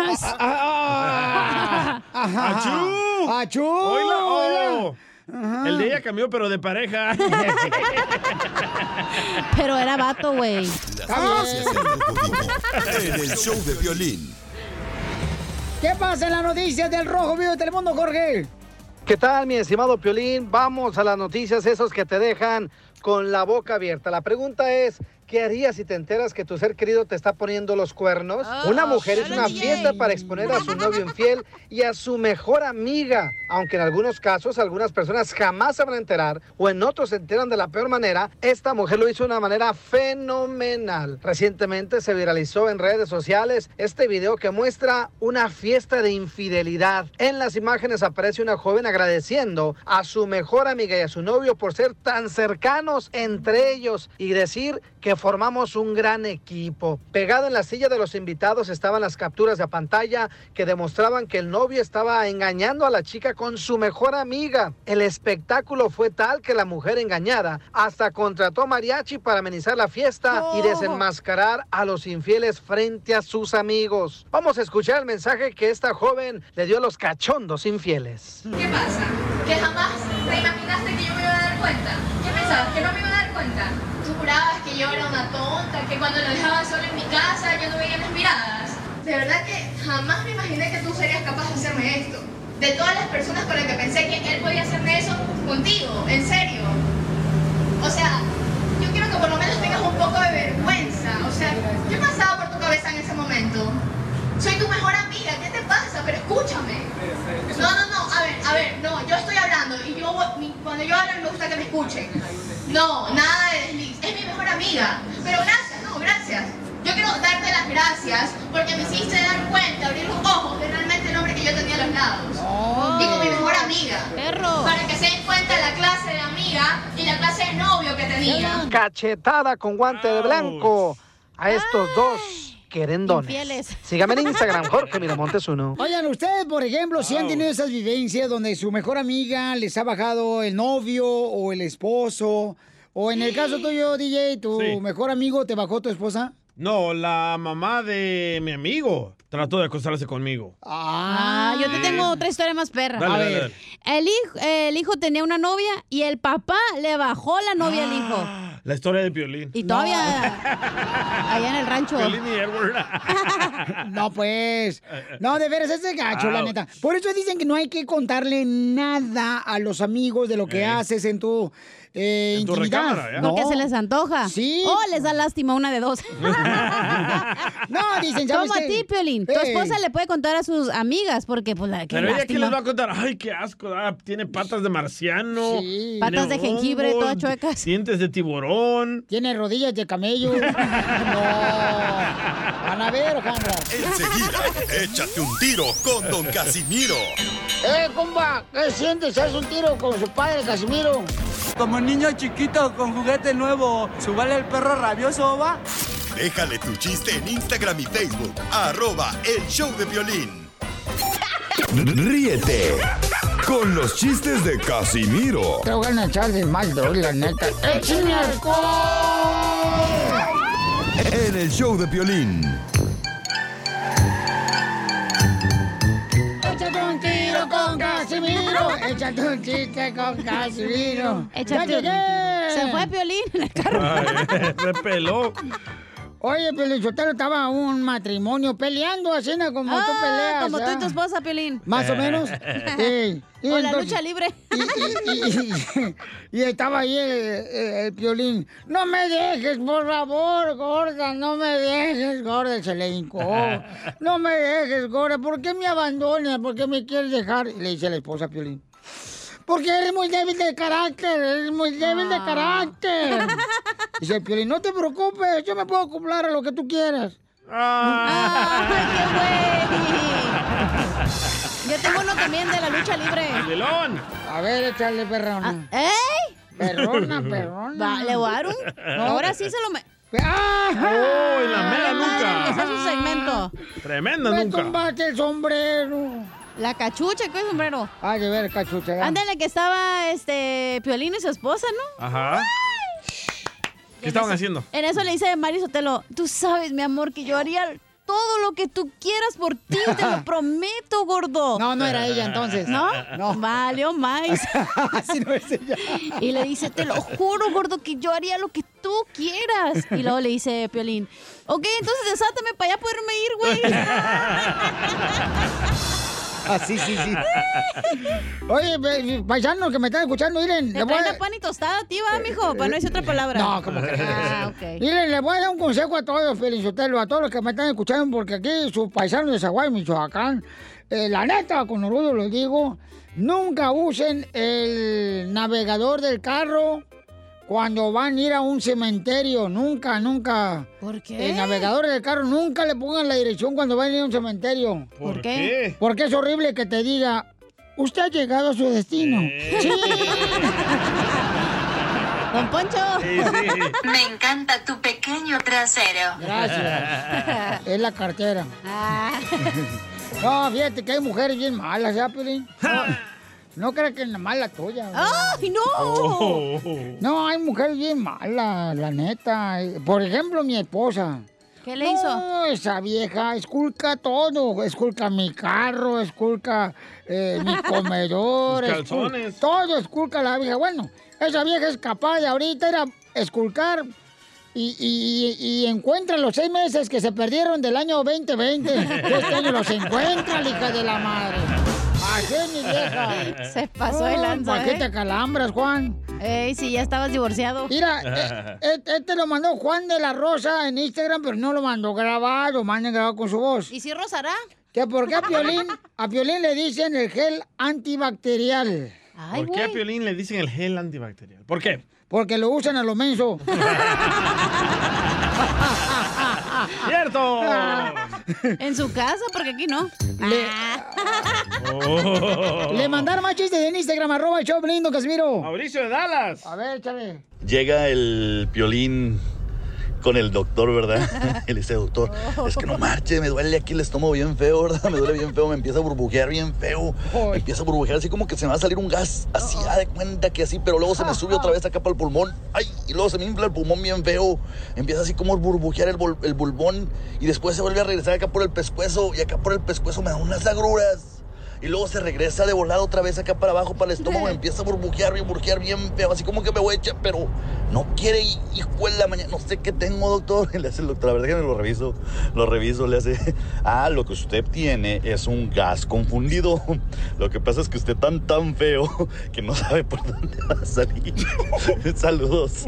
Ah, ajá. ¡Achú! ¡Achú! ¡Oíla! Oh. Ajá. El de ella cambió, pero de pareja. Pero era vato, güey. Las noticias en Grupo Vivo, en el show de Piolín. ¿Qué pasa en las noticias del Rojo Vivo de Telemundo, Jorge? ¿Qué tal, mi estimado Piolín? Vamos a las noticias esos que te dejan con la boca abierta. La pregunta es, ¿qué harías si te enteras que tu ser querido te está poniendo los cuernos? Oh, una mujer es una fiesta para exponer a su novio infiel y a su mejor amiga. Aunque en algunos casos algunas personas jamás se van a enterar o en otros se enteran de la peor manera, esta mujer lo hizo de una manera fenomenal. Recientemente se viralizó en redes sociales este video que muestra una fiesta de infidelidad. En las imágenes aparece una joven agradeciendo a su mejor amiga y a su novio por ser tan cercanos entre ellos y decir que formamos un gran equipo. Pegado en la silla de los invitados estaban las capturas de pantalla que demostraban que el novio estaba engañando a la chica con su mejor amiga. El espectáculo fue tal que la mujer engañada hasta contrató mariachi para amenizar la fiesta y desenmascarar a los infieles frente a sus amigos. Vamos a escuchar el mensaje que esta joven le dio a los cachondos infieles. ¿Qué pasa? ¿Que jamás te imaginaste que yo me iba a dar cuenta? ¿Qué pensabas? ¿Que no me iba a dar cuenta? ¿Tú jurabas que yo era una tonta? ¿Que cuando lo dejaba solo en mi casa yo no veía las miradas? De verdad que jamás me imaginé que tú serías capaz de hacerme esto. De todas las personas con las que pensé que él podía hacerme eso, contigo, en serio. O sea, yo quiero que por lo menos tengas un poco de vergüenza. O sea, ¿qué pasaba por tu cabeza en ese momento? Soy tu mejor amiga, ¿qué te pasa? Pero escúchame. No, no, no, a ver, a ver, no, yo estoy hablando y yo, mi, cuando yo hablo me gusta que me escuchen. No, nada de desliz, es mi mejor amiga. Pero gracias, no, gracias. Yo quiero darte las gracias porque me hiciste dar cuenta, abrir los ojos de realmente el hombre que yo tenía a los lados. Oh. Y con mi mejor amiga. Perro. Para que se den cuenta la clase de amiga y la clase de novio que tenía. Cachetada con guante de blanco a estos Ay. dos querendones. Infieles. Sígame en Instagram, Jorge Miramontes uno. Oigan, ustedes, por ejemplo, si han tenido esas vivencias donde su mejor amiga les ha bajado el novio o el esposo, o en el caso tuyo, D J, tu sí. mejor amigo te bajó tu esposa. No, la mamá de mi amigo trató de acostarse conmigo. Ah, yo te tengo otra historia más perra. Dale, a dale, ver, dale. El, hijo, el hijo tenía una novia y el papá le bajó la novia al hijo. La historia de Piolín. Y todavía no. Allá en el rancho. Piolín y Edward. No, pues. No, de veras, ese gacho, ah, la neta. Por eso dicen que no hay que contarle nada a los amigos de lo que eh. haces en tu... Eh, en tu intimidad. recámara, ¿ya? Porque No. se les antoja. Sí. O les da lástima una de dos. No, dicen, ¿sabes Como qué? a ti, Piolín. Tu Ey. esposa le puede contar a sus amigas porque, pues, la que Pero ella que lástima. les va a contar, ay, qué asco, ah, tiene patas de marciano. Sí. Patas de jengibre, todas chuecas. Dientes de tiburón. Tiene rodillas de camello. No. Van a ver, Alejandra. Enseguida, échate un tiro con Don Casimiro. Eh, compa, ¿qué sientes? ¿Haz un tiro con su padre, Casimiro? Como niño chiquito con juguete nuevo, ¿subale el perro rabioso, va? Déjale tu chiste en Instagram y Facebook. Arroba El Show de Piolín. Ríete con los chistes de Casimiro. Te voy a echar de mal, la neta. ¡Échame alcohol! En El Show de Piolín. Échate un tiro con Casimiro. Échate un chiste con Casimiro. Échate ¡Ya un- llegué! Se fue Piolín en el carro. Ay, se peló. Oye, Piolichotelo, estaba un matrimonio peleando, así ¿no? como Ah, tú peleas. como tú y ¿ah? tu esposa, Piolín. Más o menos. Sí. Y O la entonces- lucha libre. Y, y- y- y estaba ahí el, el, el Piolín. No me dejes, por favor, gorda, no me dejes, gorda. Se le hincó. No me dejes, gorda. ¿Por qué me abandonas? ¿Por qué me quieres dejar? Y le dice la esposa a Piolín. Porque eres muy débil de carácter, eres muy débil de carácter. Dice el Piolín, no te preocupes, yo me puedo acoplar a lo que tú quieras. Yo tengo uno también de la lucha libre. ¡Pelón! A ver, échale, perrona. ¡Ey! Perrona, perrona. Va, ¿le voy a dar un? No. Ahora sí se lo me... ¡Ah! ¡Oh, en la mera Madre, ese es su nuca! segmento. Tremenda Me nuca. tumbaste el sombrero. La cachucha, ¿qué sombrero? Ay, de ver, cachucha. ya. Ándale, que estaba este Piolín y su esposa, ¿no? Ajá. ¿Qué estaban haciendo? En eso le dice Mario Sotelo, tú sabes, mi amor, que yo haría todo lo que tú quieras por ti, te lo prometo, gordo. No, no era ella entonces. ¿No? No. Valió más. Así no es ella. Y le dice, te lo juro, gordo, que yo haría lo que tú quieras. Y luego le dice Piolín, ok, entonces desátame para allá poderme ir, güey. Ah, sí, sí, sí. Oye, paisanos que me están escuchando, miren. Te traen a... pan y tostada, tío, mijo, para no decir otra palabra. No, ¿cómo crees? Ah, ok. Miren, les voy a dar un consejo a todos, Felicitelo, a todos los que me están escuchando, porque aquí sus paisanos de Zaguay, Michoacán, eh, la neta, con orgullo lo digo, nunca usen el navegador del carro cuando van a ir a un cementerio. Nunca, nunca. ¿Por qué? El navegador del carro, nunca le pongan la dirección cuando van a ir a un cementerio. ¿Por, ¿Por qué? qué? Porque es horrible que te diga, usted ha llegado a su destino. Eh. Sí. Don Poncho. Sí, sí. Me encanta tu pequeño trasero. Gracias. Es la cartera. Ah. No, fíjate que hay mujeres bien malas, ¿ya, Pelín? No, no creas que es nada más la tuya. ¡Ay, no! Oh. No, hay mujeres bien malas, la neta. Por ejemplo, mi esposa. ¿Qué le no, hizo? No, esa vieja esculca todo. Esculca mi carro, esculca eh, mi comedor. Mis calzones. Escul- todo esculca la vieja. Bueno, esa vieja es capaz de ahorita ir a esculcar y, y, y encuentra los seis meses que se perdieron del año veinte veinte. Este año los encuentra, la hija de la madre. Así es, mi vieja. Se pasó de lanza, ¿Para qué ¿eh? te calambras, Juan? Ey, si ya estabas divorciado. Mira, eh, eh, este lo mandó Juan de la Rosa en Instagram, pero no lo mandó grabado, lo mandan grabado con su voz. ¿Y si rozará? ¿Que por qué a Piolín, a Piolín le dicen el gel antibacterial? Ay, ¿Por qué a güey. Piolín le dicen el gel antibacterial? ¿Por qué? Porque lo usan a lo menso. ¡Cierto! En su casa, porque aquí no. Le, Oh. le mandaron más chistes en Instagram, arroba el show lindo, Casimiro. Mauricio de Dallas. A ver, échale. Llega el Piolín con el doctor, ¿verdad? Y le dice, doctor, es que no marche, me duele aquí el estómago bien feo, ¿verdad? Me duele bien feo, me empieza a burbujear bien feo. Me empieza a burbujear así como que se me va a salir un gas, así, da de cuenta que así, pero luego se me sube otra vez acá para el pulmón. Ay, y luego se me infla el pulmón bien feo. Empieza así como a burbujear el, bol- el pulmón y después se vuelve a regresar acá por el pescuezo y acá por el pescuezo me da unas agruras. Y luego se regresa de volada otra vez acá para abajo, para el estómago, me empieza a burbujear, a burbujear bien feo, así como que me voy a echar, pero no quiere, hijo de la mañana, no sé qué tengo, doctor. Y le hace el doctor, la verdad que me lo reviso, lo reviso, le hace, ah, lo que usted tiene es un gas confundido. Lo que pasa es que usted tan, tan feo que no sabe por dónde va a salir. Saludos.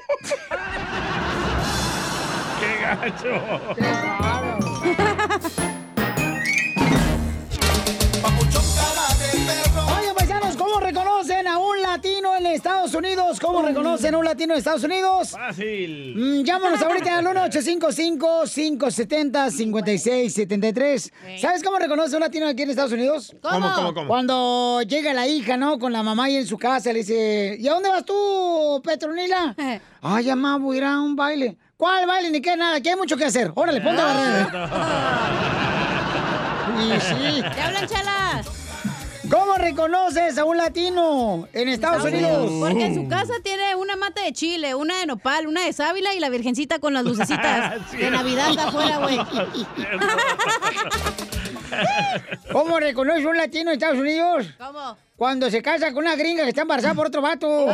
¡Qué gacho! ¡Qué raro! Oye, paisanos, ¿cómo reconocen a un latino en Estados Unidos? ¿Cómo reconocen a un latino en Estados Unidos? Fácil. Mm, llámanos ahorita al uno ocho cinco cinco, cinco siete cero, cinco seis siete tres. ¿Sabes cómo reconoce a un latino aquí en Estados Unidos? ¿Cómo, cómo, cómo? Cuando llega la hija, ¿no? Con la mamá ahí en su casa, le dice, ¿y a dónde vas tú, Petronila? Ay, mamá, voy a ir a un baile. ¿Cuál baile? Ni qué nada, aquí hay mucho que hacer. Órale, ponte a barrer. Y sí. ¿Te hablan, chalas? ¿Cómo reconoces a un latino en Estados Unidos? Porque en su casa tiene una mata de chile, una de nopal, una de sábila y la virgencita con las lucecitas de Navidad de afuera, güey. ¿Cómo reconoces a un latino en Estados Unidos? ¿Cómo? Cuando se casa con una gringa que está embarazada por otro vato. ¡Oh!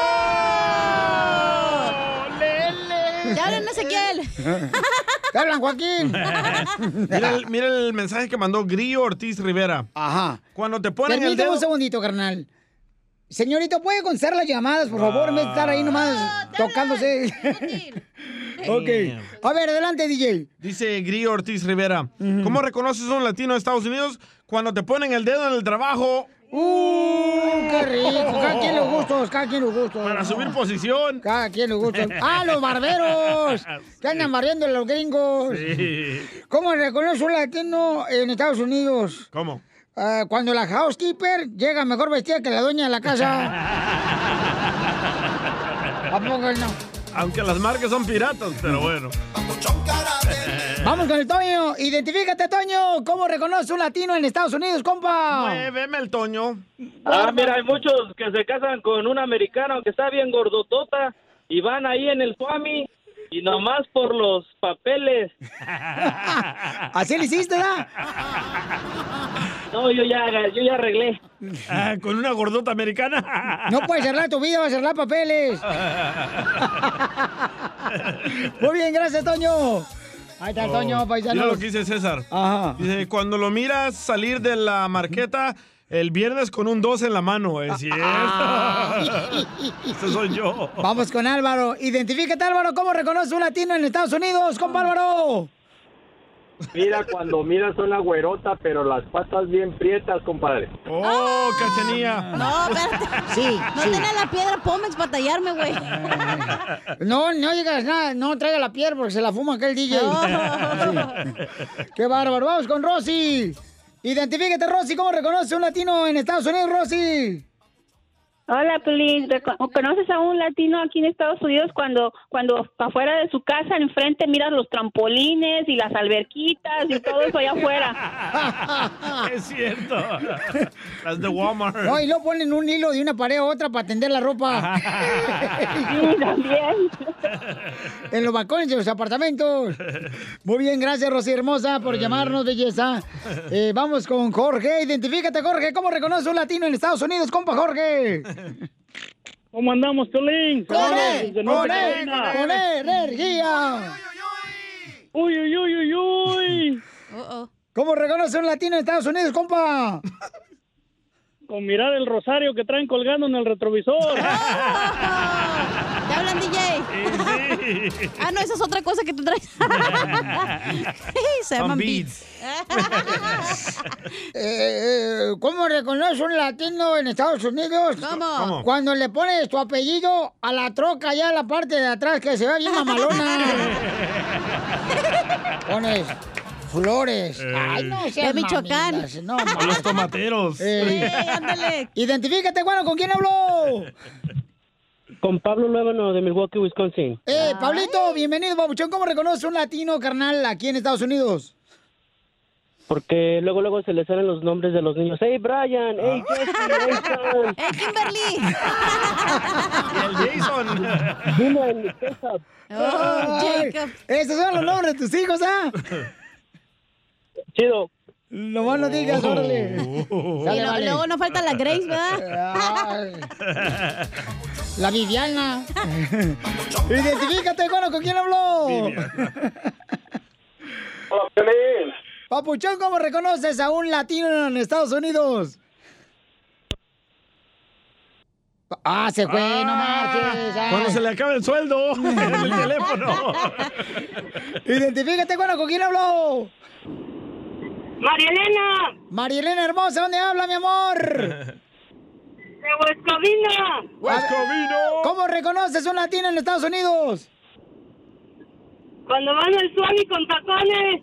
¡Lele! ¡Te hablan, Ezequiel! ¡Te hablan, Joaquín! Mira el, mira el mensaje que mandó Grillo Ortiz Rivera. Ajá. Cuando te ponen el Permítame dedo... un segundito, carnal. Señorito, ¿puede contestar las llamadas, por favor, en vez de estar ahí nomás tocándose? Ok. A ver, adelante, D J. Dice Grillo Ortiz Rivera. ¿Cómo reconoces a un latino de Estados Unidos? Cuando te ponen el dedo en el trabajo. ¡Uh, qué rico! Cada quien los gustos, cada quien los gustos. Para subir posición. Cada quien los gustos. ¡Ah, los barberos! Que andan barriendo los gringos. Sí. ¿Cómo reconoce un latino en Estados Unidos? ¿Cómo? Uh, cuando la housekeeper llega mejor vestida que la dueña de la casa. ¿A poco no? Aunque las marcas son piratas, pero bueno. Vamos con el Toño. Identifícate, Toño. ¿Cómo reconoce un latino en Estados Unidos, compa? Muéveme el Toño. Ah, mira, hay muchos que se casan con una americana que está bien gordotota y van ahí en el Swami Y nomás por los papeles. ¿Así le hiciste, ¿verdad? No, yo ya, yo ya arreglé. Ah, ¿con una gordota americana? No puedes arreglar tu vida, vas a arreglar papeles. Muy bien, gracias, Toño. Ahí está el Toño, paisano. Mira lo que dice César. Ajá. Dice, cuando lo miras salir de la marqueta el viernes con un dos en la mano. Es cierto. Ese soy yo. Vamos con Álvaro. Identifícate, Álvaro. ¿Cómo reconoce un latino en Estados Unidos, compa Álvaro? Mira, cuando miras una güerota, pero las patas bien prietas, compadre. ¡Oh, Cachanilla! No, espérate. Sí, No sí. tenía la piedra Pómex para tallarme, güey. No, no digas nada. No traiga la piedra porque se la fuma aquel D J. Oh. Sí. ¡Qué bárbaro! Vamos con Rosy. Identifícate, Rosy. ¿Cómo reconoce un latino en Estados Unidos, Rosy? Hola, Piolín. Reco- ¿Conoces a un latino aquí en Estados Unidos cuando cuando afuera de su casa, enfrente, miras los trampolines y las alberquitas y todo eso allá afuera? Es cierto. Las de Walmart. No, y luego ponen un hilo de una pared a otra para tender la ropa. Sí, también. En los balcones de los apartamentos. Muy bien, gracias, Rosy hermosa, por llamarnos, belleza. Eh, vamos con Jorge. Identifícate, Jorge. ¿Cómo reconoce un latino en Estados Unidos, compa Jorge? ¿Cómo andamos, Piolín? ¡Con él! ¡Con él! ¡Con él! ¡Energía! ¡Uy, uy, uy, uy, uy! Uh-oh. ¿Cómo reconoce un latino en Estados Unidos, compa? Con mirar el rosario que traen colgando en el retrovisor. ¿Te hablan, D J? Sí. Ah, no, esa es otra cosa que tú traes. Se llaman beats. Eh, eh, ¿Cómo reconoce un latino en Estados Unidos? ¿Cómo? ¿Cómo? Cuando le pones tu apellido a la troca allá en la parte de atrás que se ve bien mamalona. Pones Flores. Eh. Ay, no De seas Michoacán. mamilas, no, A los más. tomateros. Eh, Ey, ándale. Identifícate, bueno, ¿con quién habló? Con Pablo Luébano de Milwaukee, Wisconsin. Eh, Pablito, bienvenido, babuchón. ¿Cómo reconoce un latino, carnal, aquí en Estados Unidos? Porque luego, luego se les salen los nombres de los niños. ¡Hey, Brian! ¡Hey, Jesse! ¡Hey, Sean! ¡Eh, Kimberly! Y el Jason. Dylan, Jacob. Oh, Ay, Jacob. esos son los nombres de tus hijos, ¿ah? Chido. No más no digas, órale. Y Sale, lo- vale. luego no falta la Grace, ¿verdad? Ay, la Viviana. Identifícate, bueno, ¿con quién habló? Hola, Piolín. Papuchón, ¿cómo reconoces a un latino en Estados Unidos? Ah, se fue, no marches. ay. Cuando se le acabe el sueldo en el teléfono. Identifícate, bueno, ¿con quién habló? María Elena, María Elena hermosa, ¿dónde habla, mi amor? de Huescovina. ¡Huescovino! ¿Cómo reconoces un latino en Estados Unidos? Cuando van al Suami con tacones.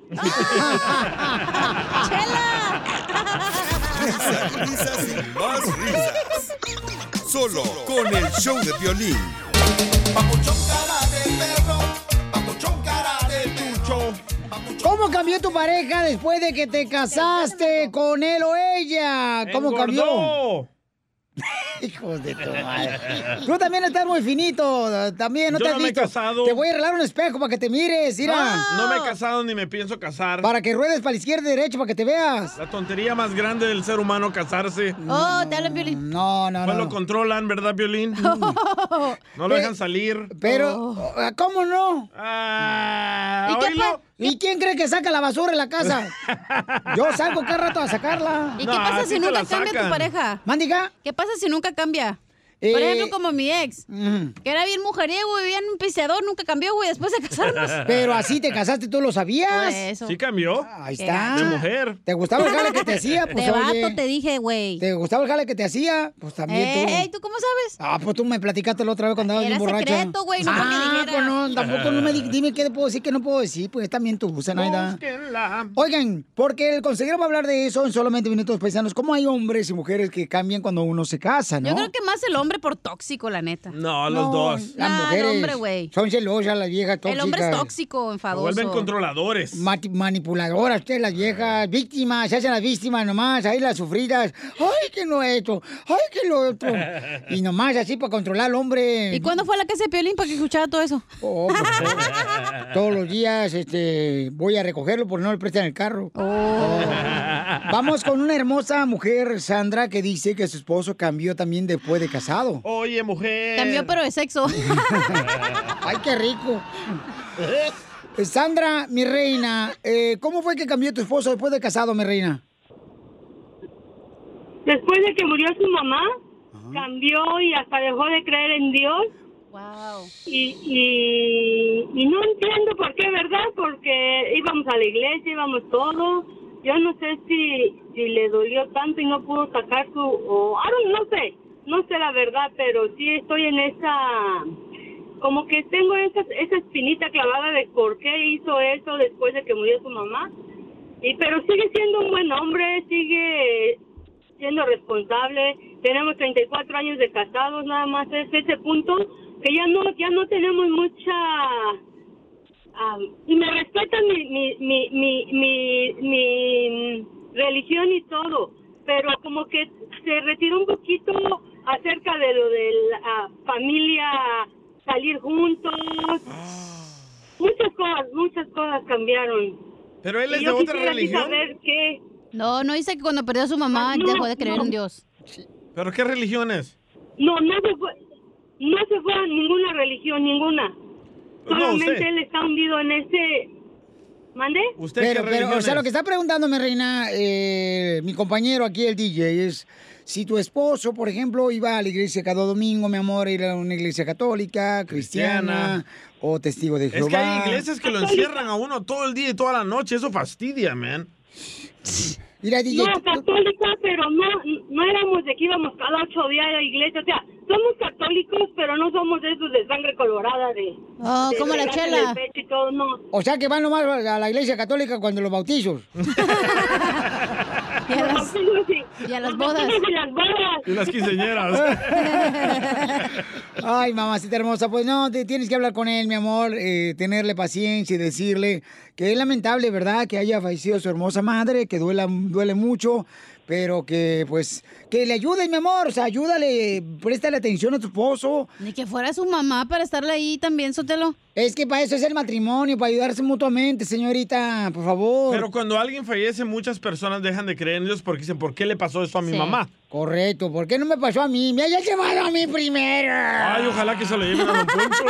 ¡Chela! Risas, risas y más risas. Solo con el show de Piolín. Papuchón cara de perro, papuchón cara de perro. ¿Cómo cambió tu pareja después de que te casaste con él o ella? ¿Cómo cambió? Engordó. Hijos de tu madre. Tú también estás muy finito. También, ¿no Yo te has no me he visto? casado. Te voy a arreglar un espejo para que te mires, mira. No me he casado ni me pienso casar. Para que ruedes para la izquierda y derecha para que te veas. La tontería más grande del ser humano, casarse. Oh, te hablan, Piolín. No, no, Pues no. lo controlan, ¿verdad, Violín? No lo dejan salir. Pero, ¿cómo no? Ah, ¿Y qué oílo. pa- ¿Y quién cree que saca la basura en la casa? Yo salgo cada rato a sacarla. ¿Y No, qué pasa así si te nunca la cambia tu sacan. pareja? ¿Mándiga? ¿Qué pasa si nunca cambia? Eh, Por ejemplo, como mi ex, ujú. que era bien mujeriego, vivía en un piseador, nunca cambió, güey, después de casarnos. Pero así te casaste, ¿tú lo Por sabías? eso. Sí cambió. Ahí Qué está. De mujer. ¿Te gustaba el jale que te hacía? Pues, De oye. vato te dije, güey. ¿Te gustaba el jale que te hacía? Pues también Eh, tú. ey, ¿tú cómo sabes? Ah, pues tú me platicaste la otra vez cuando andabas Era bien borracha. secreto, güey, no fue que Ah, dijera. pues no, tampoco no me di- dime qué puedo decir, qué no puedo decir, pues también tú, Zenaida. Búsquenla. Oigan, porque el consejero va a hablar de eso en solamente minutos paisanos. ¿Cómo hay hombres y mujeres que cambian cuando uno se casa, no? Yo creo que más el hombre, hombre por tóxico, la neta. No, los dos. Las Ah, el mujeres hombre, güey. son celosas, las viejas tóxicas. El hombre es tóxico, enfadoso. Se vuelven controladores. Mati- manipuladoras, ustedes, las viejas, víctimas, se hacen las víctimas nomás, ahí las sufridas. Ay, que no esto, ay, que lo otro. Y nomás así para controlar al hombre. ¿Y cuándo fue a la casa de Piolín para que escuchara todo eso? Oh, pues, todos los días este, voy a recogerlo porque no le prestan el carro. Oh. Vamos con una hermosa mujer, Sandra, que dice que su esposo cambió también después de casado. Oye, mujer. Cambió, pero de sexo. Ay, qué rico. Sandra, mi reina, eh, ¿cómo fue que cambió tu esposo después de casado, mi reina? Después de que murió su mamá, cambió y hasta dejó de creer en Dios. Wow. Y, y, y no entiendo por qué, ¿verdad? Porque íbamos a la iglesia, íbamos todos. Yo no sé si, si le dolió tanto y no pudo sacar su... O, I don't- no sé, no sé la verdad, pero sí estoy en esa... Como que tengo esa, esa espinita clavada de por qué hizo eso después de que murió su mamá. Y pero sigue siendo un buen hombre, sigue siendo responsable. Tenemos treinta y cuatro años de casados, nada más es ese punto que ya no ya no tenemos mucha... Um, y me respetan mi mi, mi, mi, mi, mi religión y todo, pero como que se retiró un poquito acerca de lo de la familia, salir juntos. Muchas cosas, muchas cosas cambiaron. Pero él Y es de yo otra quisiera aquí religión. saber qué... No, no dice que cuando perdió a su mamá No, dejó de creer no. en Dios. ¿Pero qué religión es? No, no se fue, no se fue a ninguna religión, ninguna. Pues no, Solamente usted. él está hundido en ese... ¿Mande? ¿Usted Pero, qué pero, religión o sea, es? lo que está preguntando, mi reina, eh, mi compañero aquí, el D J, es si tu esposo, por ejemplo, iba a la iglesia cada domingo, mi amor, ir a una iglesia católica, cristiana, Cristiana. o testigo de Jehová. Es que hay iglesias que lo encierran a uno todo el día y toda la noche. Eso fastidia, man. Mira, D J, No, tú- católica, pero no, no éramos de que íbamos cada ocho días a la iglesia. O sea, somos católicos, pero no somos de esos de sangre colorada, de... Oh, de como la regarse en Chela. el pecho y todo, no. o sea que van nomás a la iglesia católica cuando los bautizos. Y a Los las, bautizos sí. y a las Los bodas. bautizos y las bodas. Y las quinceañeras. Ay, mamacita hermosa, pues no, te tienes que hablar con él, mi amor, eh, tenerle paciencia y decirle que es lamentable, ¿verdad?, que haya fallecido su hermosa madre, que duela, duele mucho, pero que, pues, que le ayudes, mi amor, o sea, ayúdale, préstale atención a tu esposo. Ni que fuera su mamá para estarle ahí también, Sotelo. Es que para eso es el matrimonio, para ayudarse mutuamente, señorita, por favor. Pero cuando alguien fallece, muchas personas dejan de creer en Dios porque dicen, ¿por qué le pasó esto a mi Sí. mamá? Correcto, ¿por qué no me pasó a mí? Me haya llevado a mí primero. Ay, ojalá que se lo lleven a Don Poncho.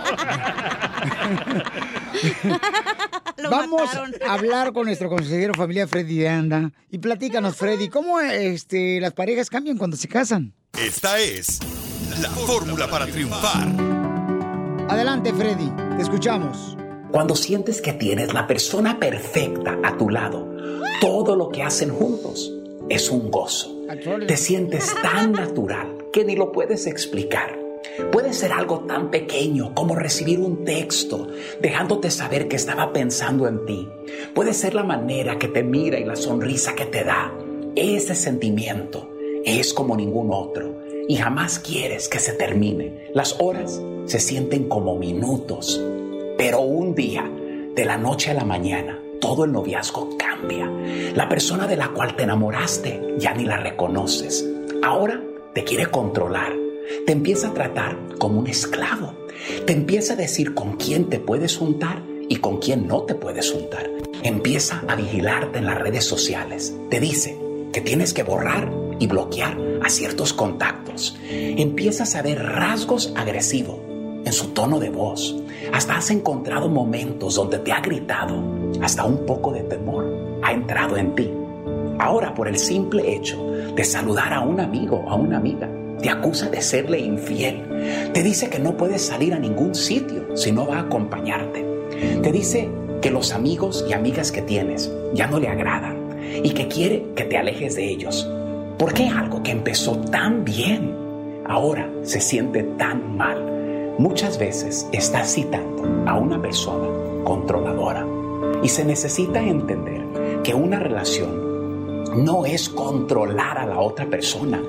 Lo Vamos mataron. a hablar con nuestro consejero familiar Freddy de Anda. Y platícanos, Freddy, ¿cómo este, las parejas cambian cuando se casan? Esta es la fórmula para triunfar. Adelante, Freddy, te escuchamos. Cuando sientes que tienes la persona perfecta a tu lado, todo lo que hacen juntos es un gozo. Te sientes tan natural que ni lo puedes explicar. Puede ser algo tan pequeño como recibir un texto dejándote saber que estaba pensando en ti. Puede ser la manera que te mira y la sonrisa que te da. Ese sentimiento es como ningún otro y jamás quieres que se termine. Las horas se sienten como minutos, pero un día, de la noche a la mañana, todo el noviazgo cambia. La persona de la cual te enamoraste ya ni la reconoces. Ahora te quiere controlar. Te empieza a tratar como un esclavo. Te empieza a decir con quién te puedes juntar y con quién no te puedes juntar. Empieza a vigilarte en las redes sociales. Te dice que tienes que borrar y bloquear a ciertos contactos. Empiezas a ver rasgos agresivos en su tono de voz. Hasta has encontrado momentos donde te ha gritado. Hasta un poco de temor ha entrado en ti. Ahora, por el simple hecho de saludar a un amigo o a una amiga, te acusa de serle infiel. Te dice que no puedes salir a ningún sitio si no va a acompañarte. Te dice que los amigos y amigas que tienes ya no le agradan y que quiere que te alejes de ellos. ¿Por qué algo que empezó tan bien ahora se siente tan mal? Muchas veces estás citando a una persona controladora y se necesita entender que una relación no es controlar a la otra persona,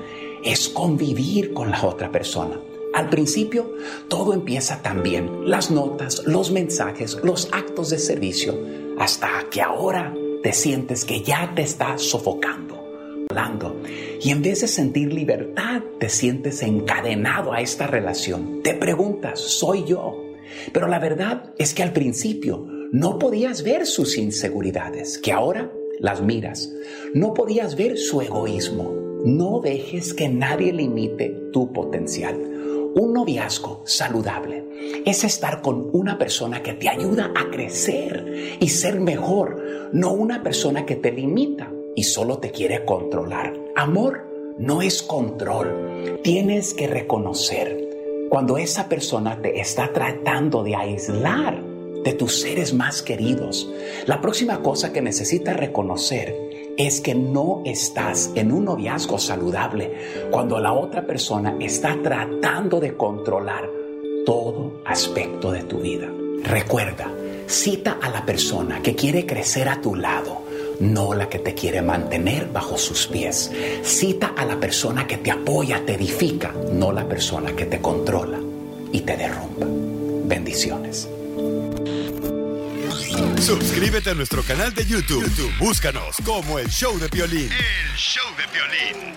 es convivir con la otra persona. Al principio, todo empieza tan bien. Las notas, los mensajes, los actos de servicio, hasta que ahora te sientes que ya te está sofocando, hablando. Y en vez de sentir libertad, te sientes encadenado a esta relación. Te preguntas, ¿soy yo? Pero la verdad es que al principio no podías ver sus inseguridades, que ahora las miras. No podías ver su egoísmo. No dejes que nadie limite tu potencial. Un noviazgo saludable es estar con una persona que te ayuda a crecer y ser mejor, no una persona que te limita y solo te quiere controlar. Amor no es control. Tienes que reconocer cuando esa persona te está tratando de aislar de tus seres más queridos. La próxima cosa que necesitas reconocer es que no estás en un noviazgo saludable cuando la otra persona está tratando de controlar todo aspecto de tu vida. Recuerda, cita a la persona que quiere crecer a tu lado, no la que te quiere mantener bajo sus pies. Cita a la persona que te apoya, te edifica, no la persona que te controla y te derrumba. Bendiciones. Suscríbete a nuestro canal de YouTube. YouTube, búscanos como El Show de Piolín. El Show de Piolín.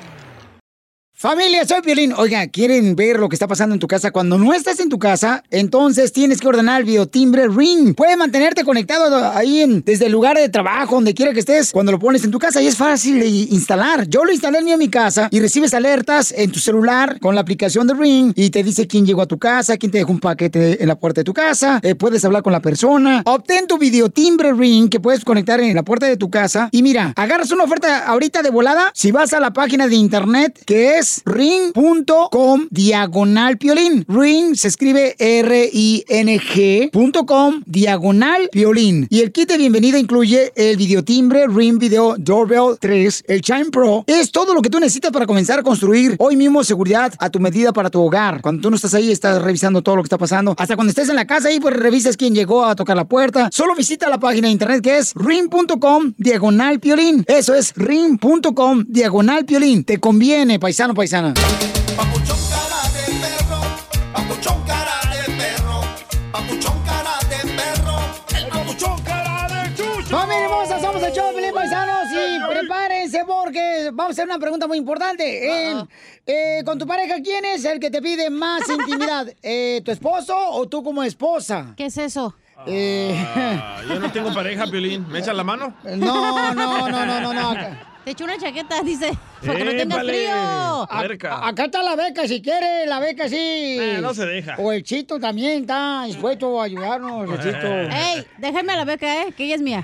Familia, soy Piolín. Oiga, ¿quieren ver lo que está pasando en tu casa? Cuando no estás en tu casa, entonces tienes que ordenar el videotimbre Ring. Puede mantenerte conectado ahí en, desde el lugar de trabajo, donde quiera que estés, cuando lo pones en tu casa, y es fácil de instalar. Yo lo instalé en mío en mi casa y recibes alertas en tu celular con la aplicación de Ring y te dice quién llegó a tu casa, quién te dejó un paquete en la puerta de tu casa, eh, puedes hablar con la persona. Obtén tu videotimbre Ring que puedes conectar en la puerta de tu casa y mira, agarras una oferta ahorita de volada si vas a la página de internet que es ring punto com diagonal Piolín. Ring se escribe R I N G punto com diagonal Piolín. Y el kit de bienvenida incluye el videotimbre Ring Video Doorbell tres, el Chime Pro. Es todo lo que tú necesitas para comenzar a construir hoy mismo seguridad a tu medida para tu hogar. Cuando tú no estás ahí, estás revisando todo lo que está pasando. Hasta cuando estés en la casa ahí, pues revisas quién llegó a tocar la puerta. Solo visita la página de internet que es ring punto com diagonal Piolín. Eso es ring punto com diagonal Piolín. Te conviene, paisano, paisana. Papuchón cara de perro, papuchón cara de perro, papuchón cara de perro, el papuchón cara de chucho. Familia hermosa, somos el show de Piolín, paisanos, y prepárense porque vamos a hacer una pregunta muy importante. En, eh, con tu pareja, ¿quién es el que te pide más intimidad? Eh, ¿Tu esposo o tú como esposa? ¿Qué es eso? Eh... Ah, yo no tengo pareja, Piolín. ¿Me echan la mano? No, no, no, no, no, no. Te echo una chaqueta, dice, porque no tengas ¡Épale! frío. A- acá está la beca, si quiere, la beca sí. Eh, no se deja. O el Chito también está dispuesto a ayudarnos, el Chito. Ey, déjame a la beca, eh, que ella es mía.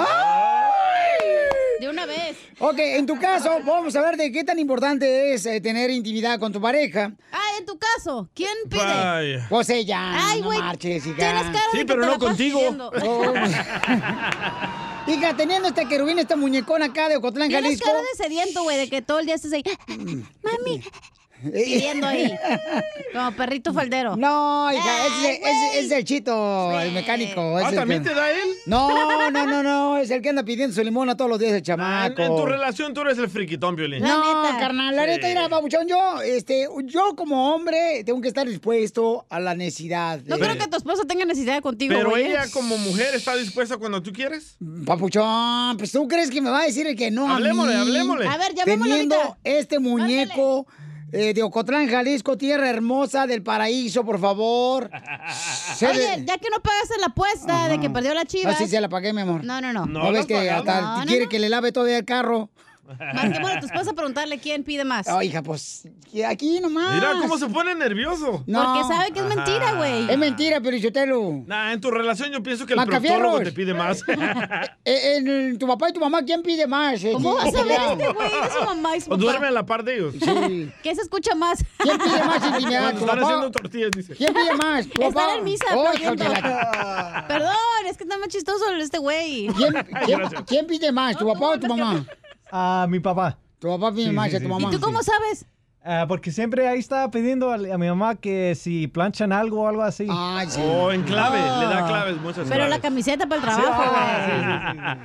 ¡Ay! De una vez. Ok, en tu caso, vamos a ver de qué tan importante es eh, tener intimidad con tu pareja. Ah, en tu caso, ¿quién pide? Vaya. Pues ella, Ay, no güey, marches, hija. tienes cara de Sí, que pero te no la pasas contigo. pidiendo. Oh. Hija, teniendo este querubín, esta muñecona acá de Ocotlán, Tienes Jalisco. cara de sediento, güey, de que todo el día estés ahí. Mami. Pidiendo ahí. Como perrito faldero. No, hija, Ay, ese, ese- ese es el Chito, el mecánico. Ah, es el ¿también que- te da él? No, no, no, no, es el que anda pidiendo su limón a todos los días, el Ah, en, chamaco. en tu relación tú eres el friquitón, Piolín. No, neta. carnal, la Sí. neta, mira, babuchón, yo, este, yo como hombre tengo que estar dispuesto a la necesidad. No de- creo que tu esposa tenga necesidad contigo, Pero güey. ella como mujer está dispuesta cuando tú quieres. Papuchón, pues tú crees que me va a decir el que no Hablemosle, a mí. hablemosle. A ver, llamémosle Teniendo ahorita. este muñeco eh, de Ocotlán, Jalisco, tierra hermosa del paraíso, por favor. Se Oye, de- ya que no pagaste la apuesta de que perdió la Chivas. Ah, sí, se la pagué, mi amor. No, no, no. ¿No, No, ves no que pagamos. hasta No, no, quiere no. que le lave todavía el carro? Marquémosle a tu esposa a preguntarle quién pide más. Oh, hija, pues aquí nomás. Mira cómo se pone nervioso. No. Porque sabe que es Ajá. mentira, güey. Es mentira, pero Isotelo. Nah, en tu relación yo pienso que el Macafierros. proctólogo te pide más. Eh, en tu papá y tu mamá, ¿quién pide más? eh? ¿Cómo vas a ¿Quién ver pelea? este güey de su mamá y su O duerme papá? a la par de ellos. Sí. ¿Qué se escucha más? ¿Quién pide más intimidad? Cuando ¿Tu están papá? haciendo tortillas, dice. ¿Quién pide más? ¿Tu Están papá? en misa Oh, aplaudiendo. hija de la- Perdón, es que está más chistoso este güey. ¿Quién, quién- Gracias. quién pide más? ¿Tu papá o tu mamá? A mi papá. Tu papá pide Sí, más sí, a tu sí, mamá. ¿Y tú cómo sabes? Ah, porque siempre ahí está pidiendo a, a mi mamá que si planchan algo o algo así. Ay, sí. O en clave, Ah. le da claves, muchas Pero la claves. camiseta para el trabajo, güey.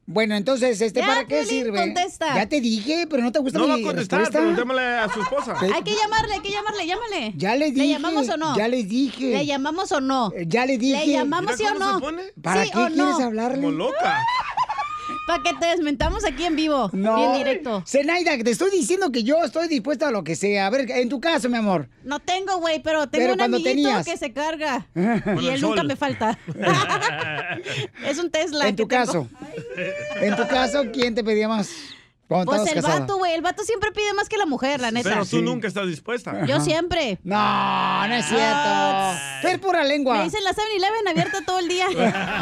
Bueno, entonces, este, Ya, ¿para qué Piolín, sirve? contesta. Ya te dije, pero no te gusta No va a mi contestar, respuesta. preguntémosle a su esposa. Hay que llamarle, hay que llamarle, llámale. Ya les ¿Le dije. llamamos o no? Ya les dije. ¿Le llamamos o no? Eh, Ya les dije. ¿Le llamamos sí o no? ¿Para ¿Sí qué o quieres no? hablarle? Como loca. Para que te desmentamos aquí en vivo. No. Bien directo. Zenaida, te estoy diciendo que yo estoy dispuesta a lo que sea. A ver, en tu caso, mi amor. No tengo, güey, pero tengo Pero un cuando amiguito tenías. que se carga. Con y el él sol. nunca me falta. Es un Tesla. En tu que tengo. caso. En tu caso, ¿quién te pedía más? Cuando Pues el estabas casada. vato, güey. El vato siempre pide más que la mujer, la neta. Pero tú nunca estás dispuesta. Yo siempre. No, no es cierto. Tú eres pura lengua. Me dicen la seven eleven abierta todo el día.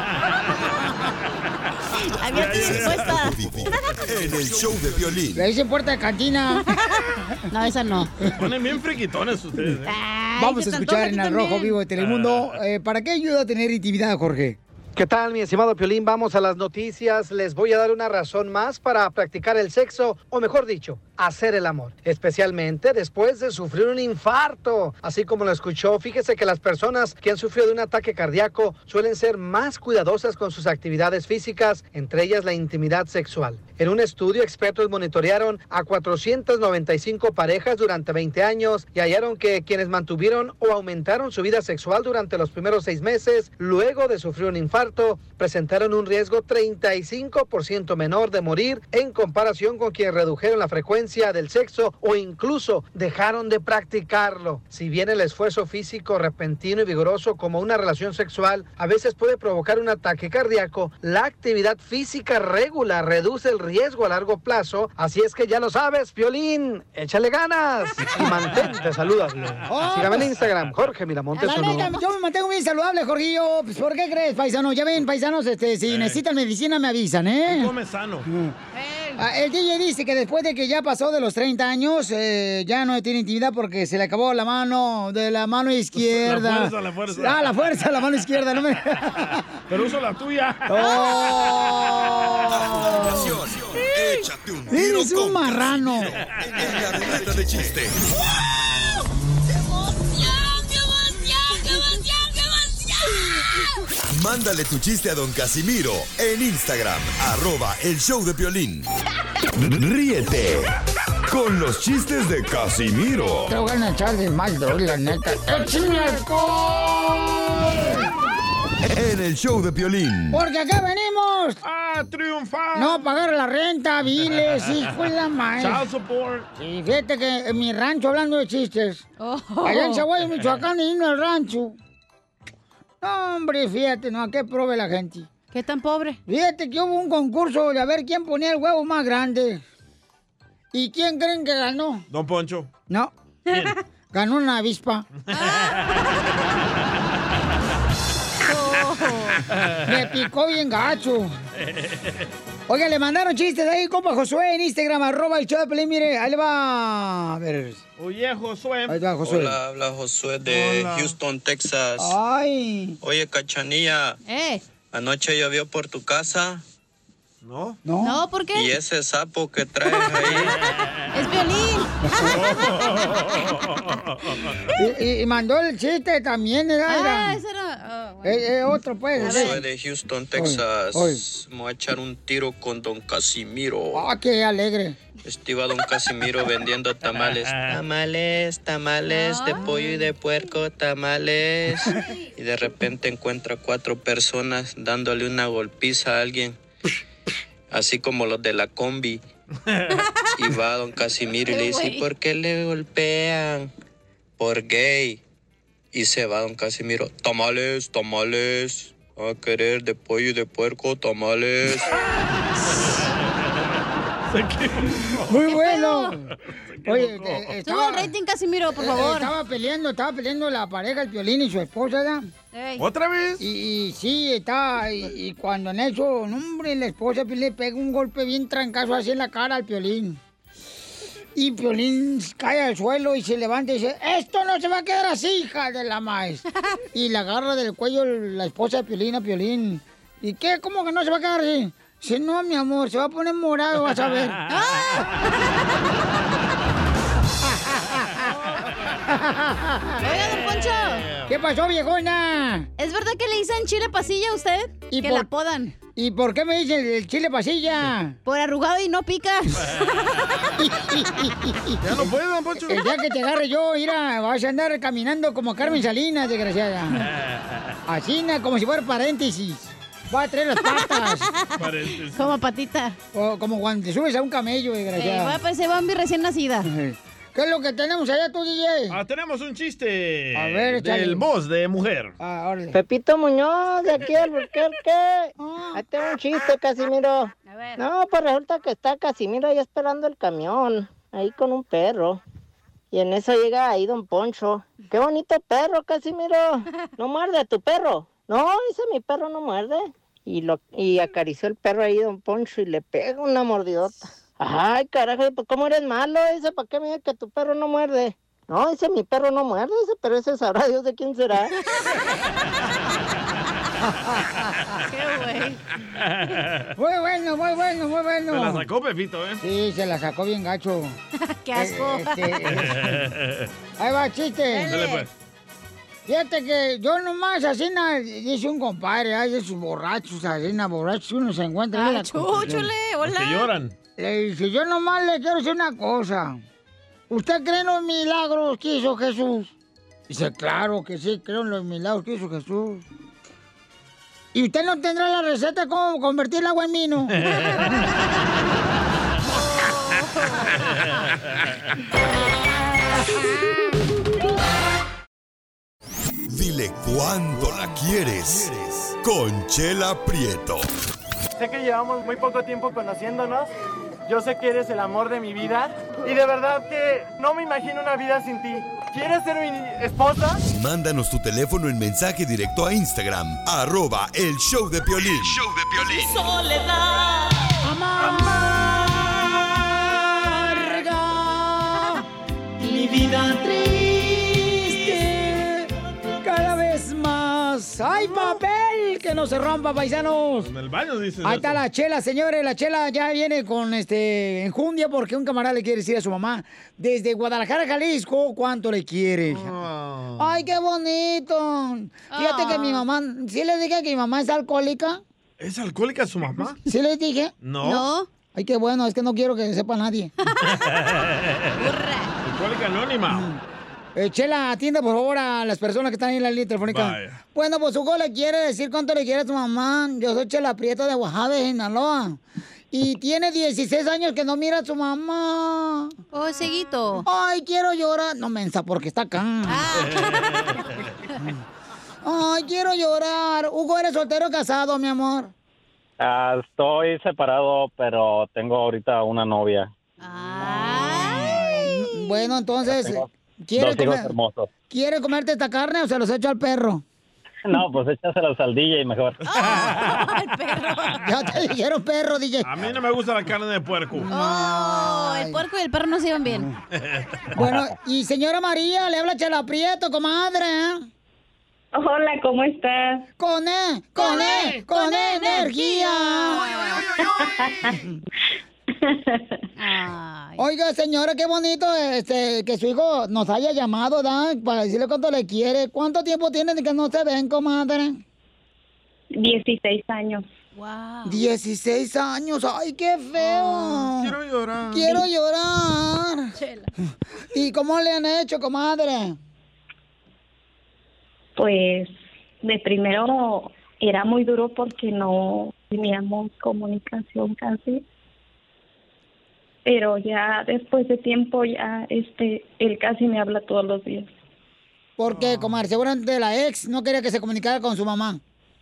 Abierta y dispuesta. En el show de Piolín. Le dicen puerta de cantina. No, esa no. Ponen bien friquitones ustedes. ¿eh? Vamos a escuchar en el Rojo Vivo de Telemundo. Eh, ¿Para qué ayuda a tener intimidad, Jorge? ¿Qué tal, mi estimado Piolín? Vamos a las noticias. Les voy a dar una razón más para practicar el sexo, o mejor dicho, hacer el amor. Especialmente después de sufrir un infarto. Así como lo escuchó, fíjese que las personas que han sufrido de un ataque cardíaco suelen ser más cuidadosas con sus actividades físicas, entre ellas la intimidad sexual. En un estudio, expertos monitorearon a cuatrocientas noventa y cinco parejas durante veinte años y hallaron que quienes mantuvieron o aumentaron su vida sexual durante los primeros seis meses, luego de sufrir un infarto, presentaron un riesgo treinta y cinco por ciento menor de morir en comparación con quienes redujeron la frecuencia del sexo o incluso dejaron de practicarlo. Si bien el esfuerzo físico repentino y vigoroso como una relación sexual a veces puede provocar un ataque cardíaco, la actividad física regular reduce el riesgo a largo plazo. Así es que ya lo sabes, Piolín, échale ganas y mantente saludable. Sígame en Instagram, Jorge Miramontes La uno. neta, yo me mantengo bien saludable, Jorgillo. Pues, ¿por qué crees, paisano? Ya ven, paisanos, este, si Eh. necesitan medicina, me avisan, ¿eh? Come sano. Ah, el D J dice que después de que ya pasó de los treinta años, eh, ya no tiene intimidad porque se le acabó la mano de la mano izquierda. La fuerza, la fuerza. Ah, la fuerza, la mano izquierda. No me... Pero uso la tuya. Oh. Échate un tiro Eres un con marrano. Casimiro en la ruleta de chiste. Mándale tu chiste a don Casimiro en Instagram, arroba el show de Piolín. Ríete con los chistes de Casimiro. Te voy a echar de mal, droga, la neta. ¡Échame alcohol! En el show de Piolín. Porque acá venimos a triunfar. No, a pagar la renta, biles, hijo de la madre. Child support. Sí, fíjate que en mi rancho, hablando de chistes, Oh. allá en Zaguayo, Michoacán, y en el rancho. No, hombre, fíjate, no, qué prove la gente. ¿Qué tan pobre? Fíjate que hubo un concurso de a ver quién ponía el huevo más grande. ¿Y quién creen que ganó? Don Poncho. No. ¿Quién? Ganó una avispa. Me picó bien gacho. Oiga, le mandaron chistes ahí, compa Josué, en Instagram, arroba el show de Pelín. Mire, ahí le va. A ver. Oye, Josué. Ahí va, Josué. Hola, habla Josué de Hola. Houston, Texas. Ay. Oye, Cachanilla. Eh. Anoche llovió por tu casa. No. No. No, ¿por qué? Y ese sapo que traes ahí. Es Piolín. y, y- y mandó el chiste también, ¿verdad? Ah, Era- ese era. ah, bueno. Eh, eh, otro, pues. Josué eh. de Houston, Texas. Oye, Me voy a echar un tiro con don Casimiro. Ah, qué alegre. Estiva don Casimiro vendiendo tamales. Tamales, tamales de pollo y de puerco, tamales. Y de repente encuentra cuatro personas dándole una golpiza a alguien. Así como los de la combi. Y va don Casimiro y le dice, ¿y por qué le golpean? Por gay. Y se va don Casimiro. Tamales, tamales. A querer de pollo y de puerco, tamales. Muy bueno. Oye, eh, Sube el rating, Casimiro, por favor. Estaba peleando, estaba peleando la pareja, el Piolín y su esposa, ¿verdad? Ey. ¿Otra vez? Y, y sí, estaba, y, y cuando en eso, no, hombre, la esposa pues, le pega un golpe bien trancazo así en la cara al Piolín. Y Piolín cae al suelo y se levanta y dice, esto no se va a quedar así, hija de la maíz. Y le agarra del cuello la esposa de Piolín a Piolín. ¿Y qué? ¿Cómo que no se va a quedar así? Dice, no, mi amor, se va a poner morado, vas a ver. Oiga, don Poncho. ¿Qué pasó, viejona? ¿Es verdad que le dicen chile pasilla a usted? ¿Y que por- la podan. ¿Y por qué me dicen el chile pasilla? Por arrugado y no pica. Ya no puedo, don Poncho. El día que te agarre yo, mira, vas a andar caminando como Carmen Salinas, desgraciada. Así, na, como si fuera paréntesis. Va a traer las patas. Paréntesis. Como patita. O como cuando te subes a un camello, Eh, desgraciada. va a parecer Bambi recién nacida. ¿Qué es lo que tenemos allá tú, D J? Ah, tenemos un chiste. A ver, échale. Del voz de mujer. Ah, órale. Pepito Muñoz, de aquí al Burquerque. Ahí tengo un chiste, Casimiro. No, pues resulta que está Casimiro ahí esperando el camión, ahí con un perro. Y en eso llega ahí don Poncho. Qué bonito perro, Casimiro. No muerde tu perro. No, dice mi perro no muerde. Y, lo, y acarició el perro ahí don Poncho y le pega una mordidota. Ay, carajo, pues ¿cómo eres malo? Dice, ¿para qué me dice que tu perro no muerde? No, dice, mi perro no muerde, dice, pero ese sabrá Dios de quién será. Qué güey. Muy bueno, muy bueno, muy bueno. Se la sacó Pepito, ¿eh? Sí, se la sacó bien gacho. Qué asco. Eh, este, ahí va, chiste. Dale, pues. Fíjate que yo nomás, así, na, dice un compadre, ay, esos borrachos, así, na, borrachos, uno se encuentra. Ah, en la chúchule, hola. Que lloran. Le dice, yo nomás le quiero decir una cosa. ¿Usted cree en los milagros que hizo Jesús? Dice, claro que sí, creo en los milagros que hizo Jesús. ¿Y usted no tendrá la receta de cómo convertir el agua en vino? Dile cuándo la quieres. Conchela Prieto. Sé que llevamos muy poco tiempo conociéndonos. Yo sé que eres el amor de mi vida. Y de verdad que no me imagino una vida sin ti. ¿Quieres ser mi esposa? Mándanos tu teléfono en mensaje directo a Instagram. Arroba el show de Piolín. El show de Piolín. Soledad amarga, mi vida triste, cada vez más. ¡Ay, papel! Que no se rompa, paisanos. En el baño dices Ahí eso. está la Chela, señores. La Chela ya viene con este enjundia porque un camarada le quiere decir a su mamá desde Guadalajara, Jalisco, cuánto le quiere. Ah. ¡Ay, qué bonito! Fíjate que mi mamá, ¿sí les dije que mi mamá es alcohólica? ¿Es alcohólica su mamá? ¿Sí les dije? No. No. Ay, qué bueno, es que no quiero que sepa nadie. Alcohólica anónima. Eh, Chela, atienda por favor a las personas que están ahí en la línea telefónica. Vaya. Bueno, pues Hugo le quiere decir cuánto le quiere a su mamá. Yo soy Chela Prieto de Guajave, Sinaloa. Y tiene dieciséis años que no mira a su mamá. Oh, ceguito. Ay, quiero llorar. No, mensa, porque está acá. Ay, quiero llorar. Hugo, ¿eres soltero o casado, mi amor? Ah, estoy separado, pero tengo ahorita una novia. Bueno, entonces, Tengo ¿quieres, dos hijos comer- hermosos. ¿quieres comerte esta carne o se los echo al perro? No, pues échaselos al D J mejor. Ya te dijeron perro, D J. A mí no me gusta la carne de puerco. Oh, el puerco y el perro no se iban bien. Bueno, y señora María, le habla Chela Prieto, comadre. ¿eh? Hola, ¿cómo estás? Con E, con E, con E energía. Oiga, señora, qué bonito este, que su hijo nos haya llamado, ¿verdad? Para decirle cuánto le quiere. ¿Cuánto tiempo tienen de que no se ven, comadre? dieciséis años. Wow. dieciséis años, ay, qué feo. quiero llorar. Quiero llorar. ¿Y cómo le han hecho, comadre? Pues de primero era muy duro porque no teníamos comunicación casi. Pero ya después de tiempo ya este él casi me habla todos los días. ¿Por qué, comadre? Seguramente la ex no quería que se comunicara con su mamá.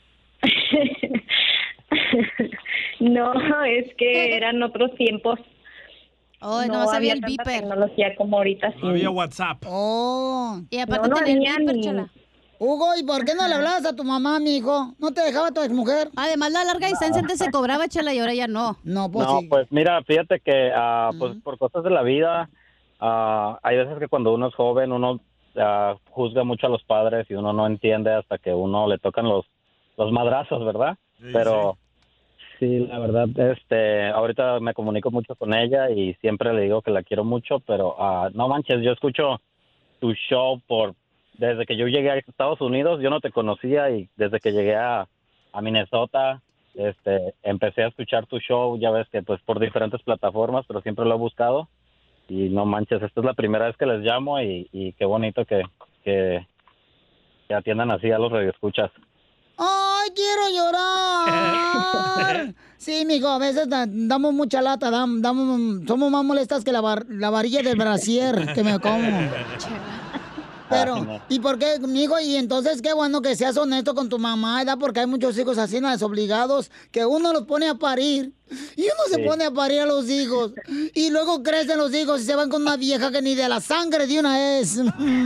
No, es que eran otros tiempos. Oh, nomás había el tanta beeper. tecnología como ahorita. No había WhatsApp. Oh. Y aparte No, no tenía el había beeper, ni- Chela. Hugo, ¿y por qué no le hablabas a tu mamá, mi hijo? ¿No te dejaba tu exmujer? Además, la larga distancia antes se cobraba, Chela, y ahora ya no. No, pues No, sí. pues mira, fíjate que ah, pues por cosas de la vida, ah, hay veces que cuando uno es joven, uno ah, juzga mucho a los padres y uno no entiende hasta que uno le tocan los, los madrazos, ¿verdad? Sí, Pero sí, la verdad, este, ahorita me comunico mucho con ella y siempre le digo que la quiero mucho, pero ah, no manches, yo escucho tu show por desde que yo llegué a Estados Unidos, yo no te conocía y desde que llegué a, a Minnesota, este, empecé a escuchar tu show, ya ves que pues por diferentes plataformas, pero siempre lo he buscado y no manches, esta es la primera vez que les llamo y, y qué bonito que, que, que atiendan así a los radioescuchas. ¡Ay, quiero llorar! Sí, mijo, a veces da- damos mucha lata, dam- damos, somos más molestas que la, var- la varilla del brasier que me como. Pero, ¿y por qué, mijo? Y entonces, qué bueno que seas honesto con tu mamá, ¿verdad? Porque hay muchos hijos así, ¿no? desobligados, que uno los pone a parir. Y uno se Sí. pone a parir a los hijos. Y luego crecen los hijos y se van con una vieja que ni de la sangre de una es.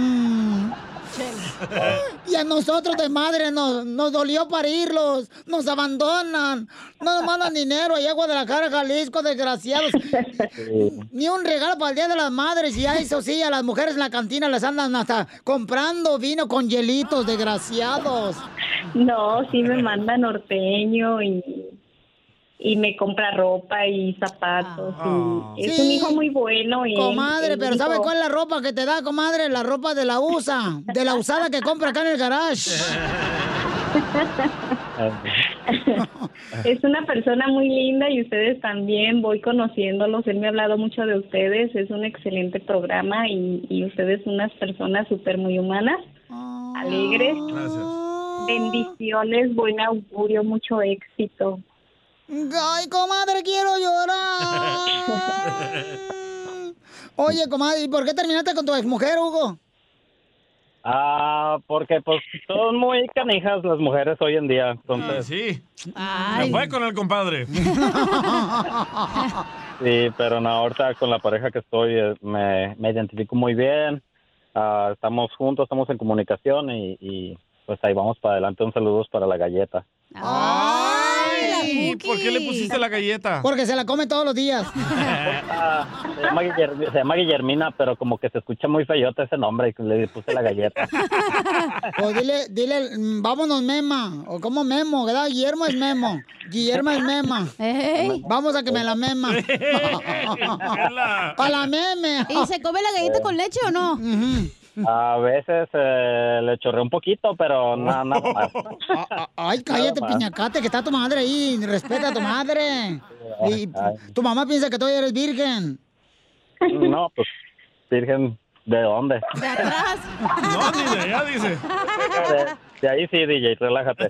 Y a nosotros de madre nos, nos dolió parirlos, nos abandonan, no nos mandan dinero allá a Guadalajara, Jalisco, desgraciados. Ni un regalo para el Día de las Madres, y ya eso sí, a las mujeres en la cantina les andan hasta comprando vino con hielitos, desgraciados. No, sí me manda norteño y, y me compra ropa y zapatos. Y es Sí. un hijo muy bueno. Y Comadre, él pero ¿sabe dijo- cuál es la ropa que te da, comadre? La ropa de la U S A, de la usada que compra acá en el garage. Es una persona muy linda y ustedes también, voy conociéndolos, él me ha hablado mucho de ustedes, es un excelente programa y, y ustedes unas personas súper muy humanas, alegres. Bendiciones, buen augurio, mucho éxito. Ay, comadre, quiero llorar. Oye, comadre, ¿y por qué terminaste con tu exmujer, Hugo? Ah, porque pues son muy canijas las mujeres hoy en día, entonces... Sí. Se fue con el compadre. Sí, pero no, ahorita con la pareja que estoy eh, me, me identifico muy bien. Ah, estamos juntos, estamos en comunicación y, y pues ahí vamos para adelante. Un saludo para la galleta. Ay, ¿por qué le pusiste la galleta? Porque se la come todos los días. Se llama, Guiller- se llama Guillermina, pero como que se escucha muy feyota ese nombre y le puse la galleta. Pues dile, dile, mm, vámonos, Mema. O como Memo, ¿verdad? Guillermo es Memo. Guillermo es Mema. Vamos a que me la mema. A la meme. ¿Y se come la galleta con leche o no? A veces eh, le chorré un poquito, pero nada, nada más. Ay, cállate, Nada más. piñacate, que está tu madre ahí. Respeta a tu madre. Y Ay. tu mamá piensa que tú eres virgen. No, pues, virgen, ¿de dónde? De atrás. No, ni de allá, dice. De, de ahí sí, D J, relájate.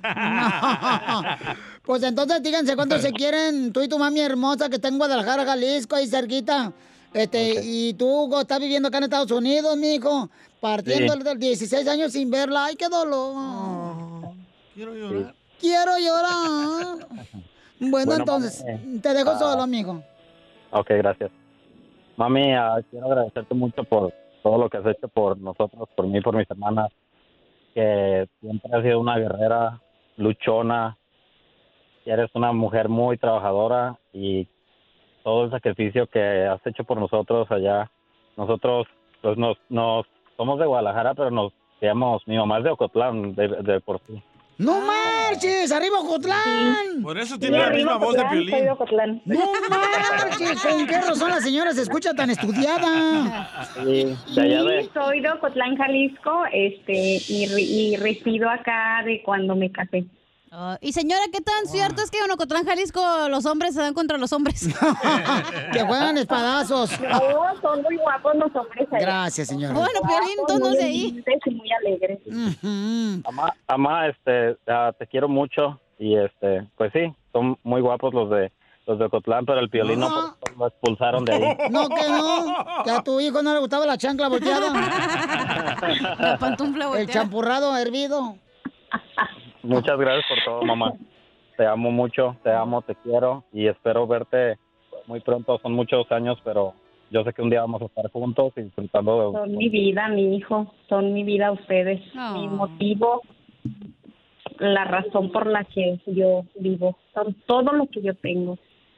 Pues entonces díganse cuánto se quieren tú y tu mami hermosa que está en Guadalajara, Jalisco, ahí cerquita. Este, y tú, Hugo, estás viviendo acá en Estados Unidos, mijo, partiendo Sí. de dieciséis años sin verla. Ay, qué dolor. Quiero llorar. Quiero llorar. Bueno, Bueno, entonces, mami, te dejo ah, solo, amigo. Ok, gracias. Mami, ah, quiero agradecerte mucho por todo lo que has hecho por nosotros, por mí, por mis hermanas, que siempre has sido una guerrera, luchona, y eres una mujer muy trabajadora y todo el sacrificio que has hecho por nosotros allá. Nosotros, pues, nos, nos somos de Guadalajara, pero nos llamamos, mi mamá es de Ocotlán, de, de por sí. ¡No marches! ¡Arriba, Ocotlán! Por eso tiene la misma voz de Piolín. ¡No marches! ¿Con qué razón la señora se escucha tan estudiada? Sí, de allá de... Sí, soy de Ocotlán, Jalisco, este, y, re- y resido acá de cuando me casé. Ah, y señora, ¿qué tan cierto es que en Ocotlán, Jalisco, los hombres se dan contra los hombres? Que juegan espadazos. No, son muy guapos los hombres allá. Gracias, señora. Bueno, Piolín, Guapos, entonces no muy sé ahí. humildes y muy alegres. Amá, amá, este, ah, te quiero mucho y este, pues sí, son muy guapos los de los de Ocotlán, pero el Piolín no, Ajá. pues, lo expulsaron de ahí. No, que no. Que a tu hijo no le gustaba la chancla volteada. La pantufla El volteada. champurrado hervido. Muchas gracias por todo, mamá. Te amo mucho, te amo, te quiero y espero verte muy pronto. Son muchos años, pero yo sé que un día vamos a estar juntos y disfrutando de... Son mi vida, mi hijo, son mi vida ustedes. Oh. Mi motivo, la razón por la que yo vivo, son todo lo que yo tengo.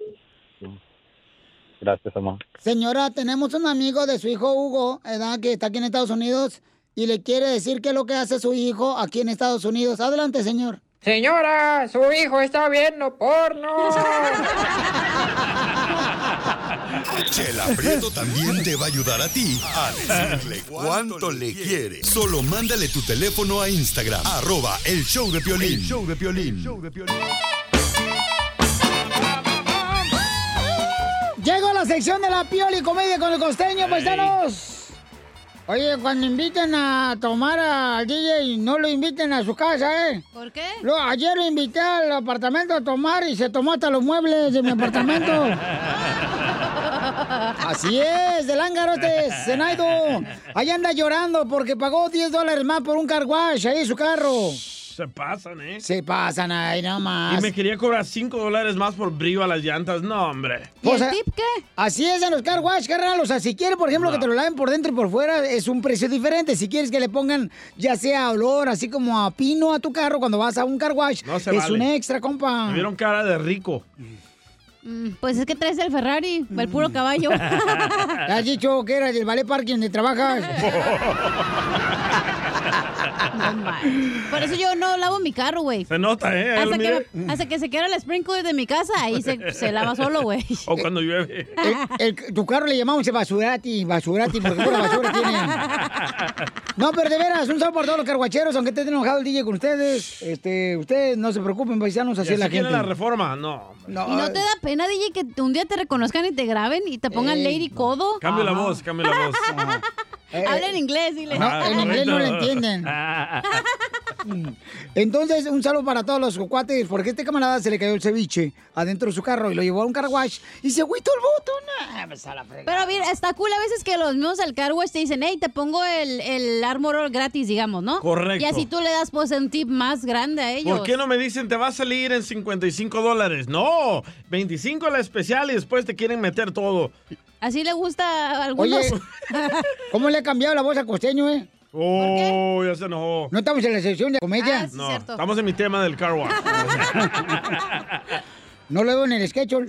Gracias, mamá. Señora, tenemos un amigo de su hijo Hugo, ¿verdad? Que está aquí en Estados Unidos y le quiere decir qué es lo que hace su hijo aquí en Estados Unidos. Adelante, señor. Señora, su hijo está viendo porno. Chela Prieto también te va a ayudar a ti a decirle cuánto le quiere. Solo mándale tu teléfono a Instagram, arroba el show de Piolín. El show de Piolín. Llegó la sección de la Pioli Comedia con el Costeño, paisanos. Oye, cuando inviten a tomar al D J, no lo inviten a su casa, ¿eh? ¿Por qué? Lo, ayer lo invité al apartamento a tomar y se tomó hasta los muebles de mi apartamento. Así es, del ángaro este, Zenaido. Ahí anda llorando porque pagó diez dólares más por un car wash ahí en su carro. Se pasan, ¿eh? Se pasan ahí nomás. Y me quería cobrar cinco dólares más por brillo a las llantas. No, hombre. ¿Y el tip qué? Así es en los car wash, carnal. O sea, si quieres, por ejemplo, no. que te lo laven por dentro y por fuera, es un precio diferente. Si quieres que le pongan ya sea olor, así como a pino a tu carro cuando vas a un car wash, no se es vale. un extra, compa. Me vieron cara de rico. Mm, pues es que traes el Ferrari, el puro caballo. ¿Te has dicho que era del ballet parking donde trabajas? No, por eso yo no lavo mi carro, güey. Se nota, ¿eh? Hasta que, hasta que se quiera el sprinkler de mi casa, ahí se, se lava solo, güey. O cuando llueve. El, el, tu carro le llamamos basurati, basurati, porque pura basura tiene. No, pero de veras, un saludo por todos los carguacheros, aunque estén enojados el D J con ustedes. Este, ustedes no se preocupen, paisanos, así es la gente. la reforma? No. no. ¿Y no te da pena, D J, que un día te reconozcan y te graben y te pongan Ey, Lady no. Codo? Cambia la voz, cambia la voz. Eh, Habla en inglés, dile. No, en inglés no lo entienden. Entonces, un saludo para todos los cuates, porque a este camarada se le cayó el ceviche adentro de su carro y lo llevó a un car wash y se agüitó el botón. Nah, pues a la fregada. Pero mira, está cool a veces que los mismos del car wash te dicen, hey, te pongo el, el Armor gratis, digamos, ¿no? Correcto. Y así tú le das pues un tip más grande a ellos. ¿Por qué no me dicen te va a salir en cincuenta y cinco dólares? No, veinticinco la especial y después te quieren meter todo. Así le gusta a algunos. Oye, ¿cómo le ha cambiado la voz al Costeño, eh? Oh, ya se enojó. ¿No estamos en la sección de comedia? Ah, sí, no, cierto. Estamos en mi tema del car wash. No lo veo en el schedule.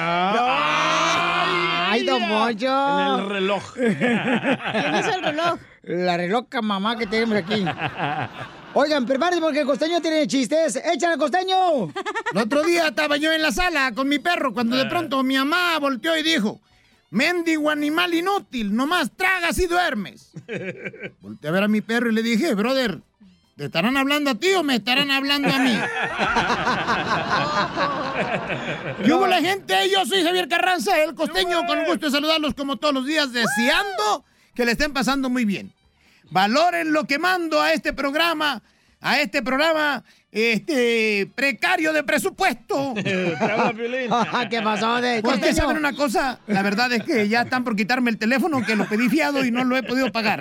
¡Ay, don Mocho! En el reloj. ¿Quién hizo el reloj? La reloca mamá que tenemos aquí. Oigan, prepárense porque el Costeño tiene chistes. ¡Échale, Costeño! El otro día estaba yo en la sala con mi perro cuando de pronto mi mamá volteó y dijo: mendigo animal inútil, nomás tragas y duermes. Volteé a ver a mi perro y le dije: brother, ¿te estarán hablando a ti o me estarán hablando a mí? ¿Qué hubo la gente? Yo soy Javier Carranza, el Costeño, con el gusto de saludarlos como todos los días, deseando que le estén pasando muy bien. Valoren lo que mando a este programa, a este programa este precario de presupuesto. ¿Qué pasó? De... Ustedes saben una cosa, la verdad es que ya están por quitarme el teléfono que lo pedí fiado y no lo he podido pagar.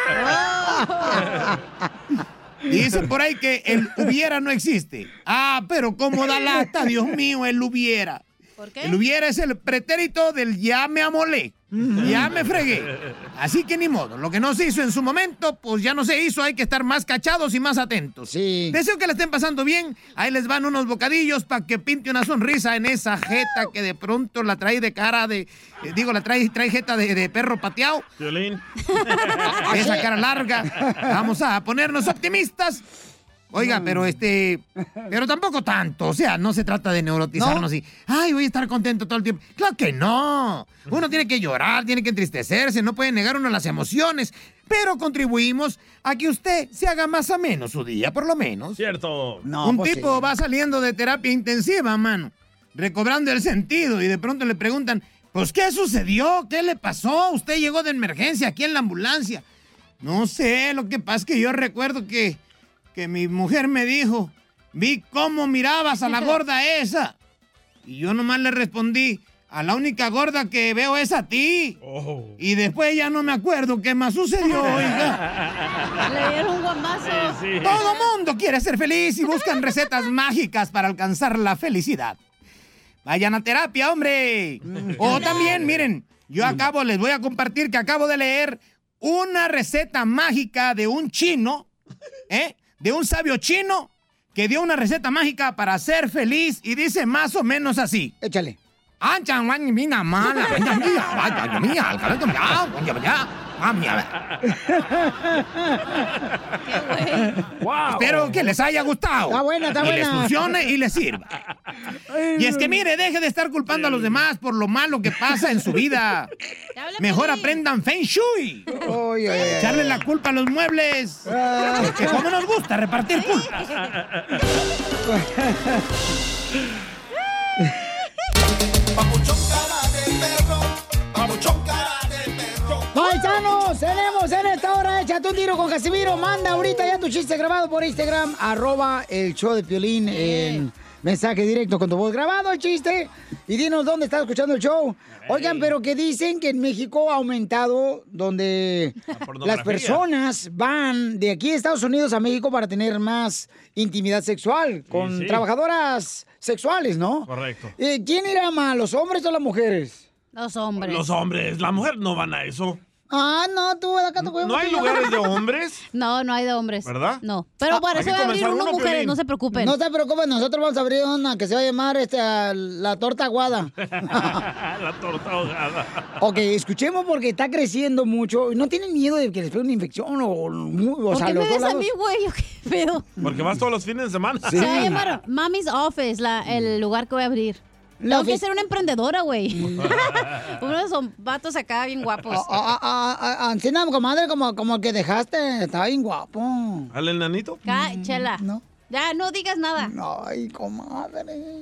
Dicen por ahí que el hubiera no existe. Ah, pero cómo da lata, Dios mío, el hubiera. ¿Por qué? El hubiera es el pretérito del ya me amolé. Ya me fregué. Así que ni modo. Lo que no se hizo en su momento, pues ya no se hizo. Hay que estar más cachados y más atentos. Sí. Deseo que le estén pasando bien. Ahí les van unos bocadillos para que pinte una sonrisa en esa jeta que de pronto la trae de cara de... Eh, digo, la trae, trae jeta de, de perro pateado. Violín. Esa cara larga. Vamos a ponernos optimistas. Oiga, pero este... Pero tampoco tanto. O sea, no se trata de neurotizarnos ¿No? y... Ay, voy a estar contento todo el tiempo. ¡Claro que no! Uno tiene que llorar, tiene que entristecerse, no puede negar uno las emociones. Pero contribuimos a que usted se haga más ameno su día, por lo menos. Cierto. No, Un pues tipo sí. va saliendo de terapia intensiva, mano, recobrando el sentido, y de pronto le preguntan, pues, ¿qué sucedió? ¿Qué le pasó? Usted llegó de emergencia aquí en la ambulancia. No sé, lo que pasa es que yo recuerdo que... que mi mujer me dijo, vi cómo mirabas a la gorda esa. Y yo nomás le respondí, a la única gorda que veo es a ti. Oh. Y después ya no me acuerdo qué más sucedió, oiga. Le dieron un guamazo. Sí, sí. Todo mundo quiere ser feliz y buscan recetas mágicas para alcanzar la felicidad. Vayan a terapia, hombre. O también, miren, yo acabo, les voy a compartir que acabo de leer una receta mágica de un chino, ¿eh? De un sabio chino que dio una receta mágica para ser feliz y dice más o menos así. Échale. Wow. Espero que les haya gustado. Está buena, está y buena. les funcione y les sirva. Y es que mire, deje de estar culpando a los demás por lo malo que pasa en su vida. Mejor aprendan Feng Shui. Oy, oy, oy. Echarle la culpa a los muebles. Porque como nos gusta repartir culpas. Papuchón cara de perro, papuchón cara de perro. Paisanos, tenemos en esta hora Échate un tiro con Casimiro. Manda ahorita ya tu chiste grabado por Instagram, arroba el show de Piolín en mensaje directo con tu voz grabado el chiste. Y dinos dónde estás escuchando el show. Oigan, pero que dicen que en México ha aumentado donde las personas van de aquí de Estados Unidos a México para tener más intimidad sexual con sí. trabajadoras sexuales, ¿no? Correcto. Eh, ¿Quién irá más, los hombres o las mujeres? Los hombres. Los hombres, la mujer no van a eso. Ah, no, tú acá tu ¿No hay lugares de hombres? No, no hay de hombres. ¿Verdad? No. Pero para hay eso que va a abrir comenzar uno uno, mujeres, Piolín. no se preocupen. No se preocupen, nosotros vamos a abrir una que se va a llamar este, la torta aguada. La torta ahogada. Ok, escuchemos porque está creciendo mucho. ¿No tienen miedo de que les pegue una infección o, o ¿Por sea, qué los me dos ves a lados? mí, güey? ¿Qué pedo? Porque vas todos los fines de semana. Se va a llamar Mommy's Office, la, el lugar que voy a abrir. La Tengo que ofi- ser una emprendedora, güey. Unos son vatos acá bien guapos. Ah, ah, ah, ah, Ancina, comadre, como, como el que dejaste, estaba bien guapo. ¿Al enanito? Ca- Chela. No. Ya, no digas nada. Ay, comadre.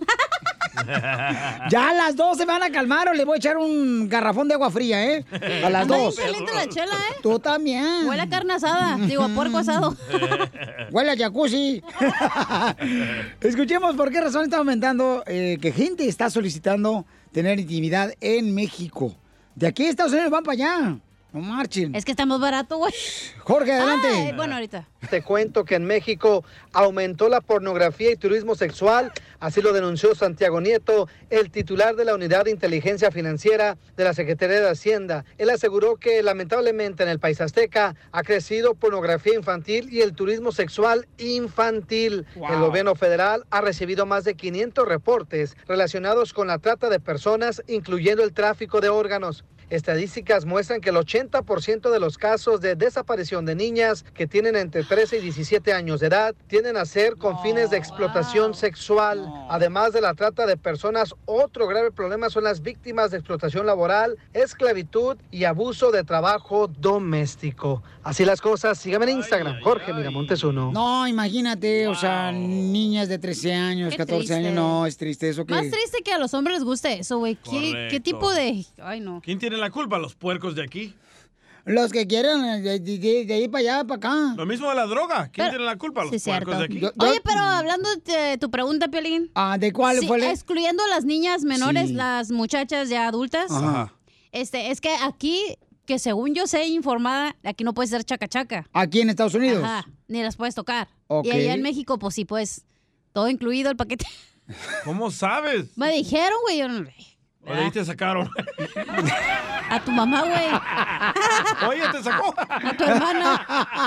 Ya las dos se van a calmar o le voy a echar un garrafón de agua fría, ¿eh? A las Anda bien dos. caliente la chela, ¿eh? Tú también. Huele a carne asada. Digo, a puerco asado. Huele a jacuzzi. Escuchemos por qué razón está aumentando eh, que gente está solicitando tener intimidad en México. De aquí a Estados Unidos van para allá. No marchen. Es que está más barato, güey. Jorge, adelante. Ay, bueno, ahorita. Te cuento que en México aumentó la pornografía y turismo sexual, así lo denunció Santiago Nieto, el titular de la Unidad de Inteligencia Financiera de la Secretaría de Hacienda. Él aseguró que lamentablemente en el país azteca ha crecido pornografía infantil y el turismo sexual infantil. Wow. El gobierno federal ha recibido más de quinientos reportes relacionados con la trata de personas, incluyendo el tráfico de órganos. Estadísticas muestran que el ochenta por ciento de los casos de desaparición de niñas que tienen entre trece y diecisiete años de edad tienden a ser con fines de explotación sexual. Además de la trata de personas, otro grave problema son las víctimas de explotación laboral, esclavitud y abuso de trabajo doméstico. Así las cosas, síganme en Instagram, Jorge Miramontes uno. No, imagínate, o sea, niñas de trece años, Qué catorce triste. años, no, es triste eso que... Más triste que a los hombres les guste eso, güey. ¿Qué, Correcto. ¿Qué tipo de...? Ay, no. ¿Quién tiene la culpa? Los puercos de aquí. Los que quieren de, de- de- de ahí para allá, para acá. Lo mismo de la droga. ¿Quién Pero- tiene la culpa? Los Sí, puercos cierto. de aquí. Yo- yo- Oye, pero hablando de tu pregunta, Piolín. Ah, ¿de cuál Sí, fue el...? excluyendo a las niñas menores, Sí. las muchachas ya adultas. Ajá. Este, es que aquí, que según yo sé informada, aquí no puedes ser chaca-chaca. Aquí en Estados Unidos. Ajá, ni las puedes tocar. Ok. Y allá en México, pues sí, pues, todo incluido el paquete. ¿Cómo sabes? Me dijeron, güey. yo no- ¿O de ahí te sacaron? A tu mamá, güey. Oye, te sacó. A tu hermana.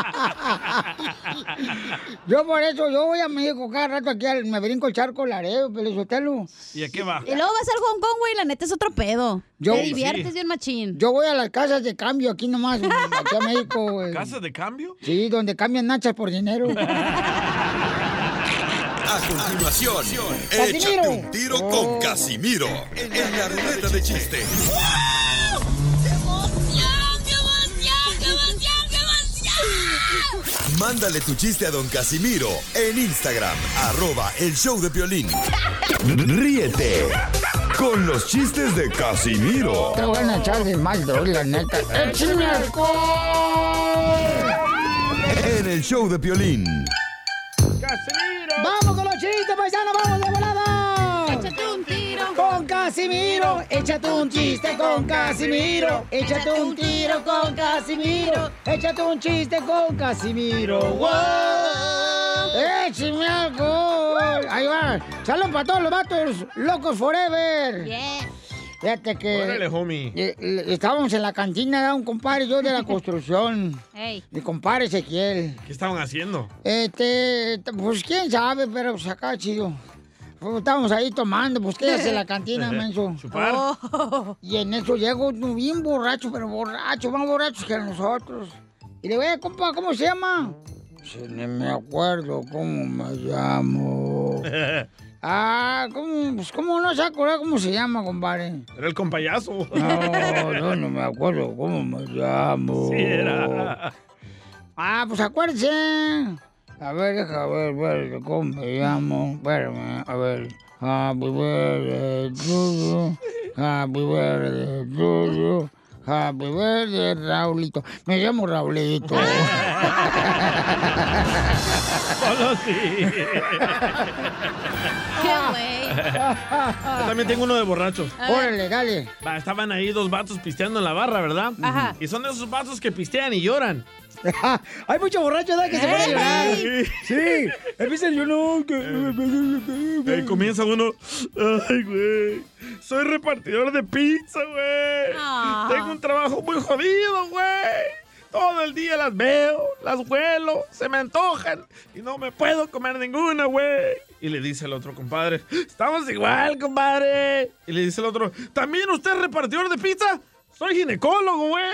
Yo por eso, yo voy a México cada rato aquí, al, me brinco el charco Laredo, Pelizotelo. ¿Y a qué va? Y luego vas al Hong Kong, güey, la neta es otro pedo. Yo- Te diviertes Sí. bien machín. Yo voy a las casas de cambio aquí nomás, aquí a México, güey. ¿Casa de cambio? Sí, donde cambian nachas por dinero. A continuación, ¡Casimiro! échate un tiro Oh. con Casimiro en la ruleta de chiste. Mándale tu chiste a don Casimiro en Instagram, arroba el show de Piolín. Ríete con los chistes de Casimiro Te voy a echar de mal, droga, la neta. ¡Échame alcohol! en el show de Piolín. ¡Casimiro! ¡Vamos con los chistes, paisanos! ¡Vamos de volada! Échate un tiro. Con Casimiro, échate un chiste con Casimiro, échate un tiro con Casimiro, échate un chiste con Casimiro. ¡Wow! ¡Échame alcohol! Ahí va. Saludos para todos los vatos locos forever. Yeah. Fíjate que Órale, homie. eh, eh, estábamos en la cantina, era un compadre y yo de la construcción. Hey. Mi compadre Ezequiel. ¿Qué estaban haciendo? Este, pues quién sabe, pero pues acá chido. Pues, estábamos ahí tomando, pues quédate en la cantina, menso. ¿Chupar? Oh. Y en eso llego bien borracho, pero borracho, más borrachos que nosotros. Y le digo, eh, compa, ¿cómo se llama? Si ni me acuerdo cómo me llamo. Ah, ¿cómo, pues, ¿cómo no se acuerda cómo se llama, compadre? Era el compayazo. No, no, no me acuerdo cómo me llamo. Sí, era. Ah, pues acuérdese. A ver, deja ver, ver, ¿cómo me llamo? Espérame, a ver. Happy birthday to you. Happy birthday to you. Happy birthday, Raulito. Me llamo Raulito. Solo sí. ¡Qué güey! Yo también tengo uno de borrachos. Órale, dale. Va, estaban ahí dos vatos pisteando en la barra, ¿verdad? Ajá. Y son de esos vatos que pistean y lloran. Hay muchos borrachos, ¿verdad? Que se van a llorar. Sí. Empieza el llorón. Ahí comienza uno. Ay, güey. Soy repartidor de pizza, güey. Ah. Tengo un trabajo muy jodido, güey. Todo el día las veo, las huelo, se me antojan y no me puedo comer ninguna, güey. Y le dice el otro compadre, estamos igual, compadre. Y le dice el otro, ¿también usted es repartidor de pizza? Soy ginecólogo, güey.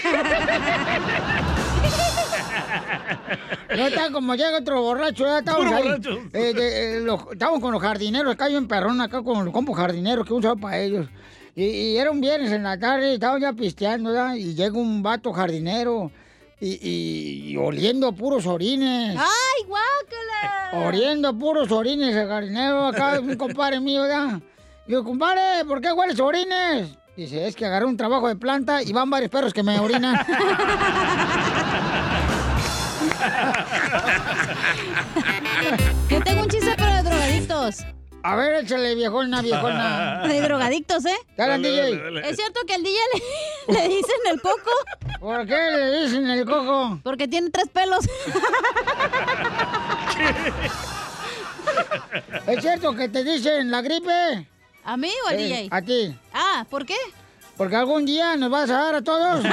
No está como llega otro borracho, ya estamos Puro ahí. borrachos. Eh, de- eh, los- estamos con los jardineros, acá hay un perrón acá con los compos jardineros, que un saludo para ellos. Y, y era un viernes en la tarde, estaban ya pisteando, ¿verdad? Y llega un vato jardinero y, y- y oliendo a puros orines. ¡Ay, guácala! Oliendo a puros orines el jardinero, acá un compadre mío, ¿verdad? Digo, compadre, ¿por qué hueles orines? Dice, es que agarré un trabajo de planta y van varios perros que me orinan. Yo tengo un chiste pero de drogadictos. A ver, échale, viejona, viejona. De drogadictos, ¿eh? Dale, D J. ¿Es cierto que al D J le, le dicen el coco? ¿Por qué le dicen el coco? Porque tiene tres pelos. ¿Es cierto que te dicen la gripe? ¿A mí o al Eh, D J? A ti. Ah, ¿por qué? Porque algún día nos vas a dar a todos.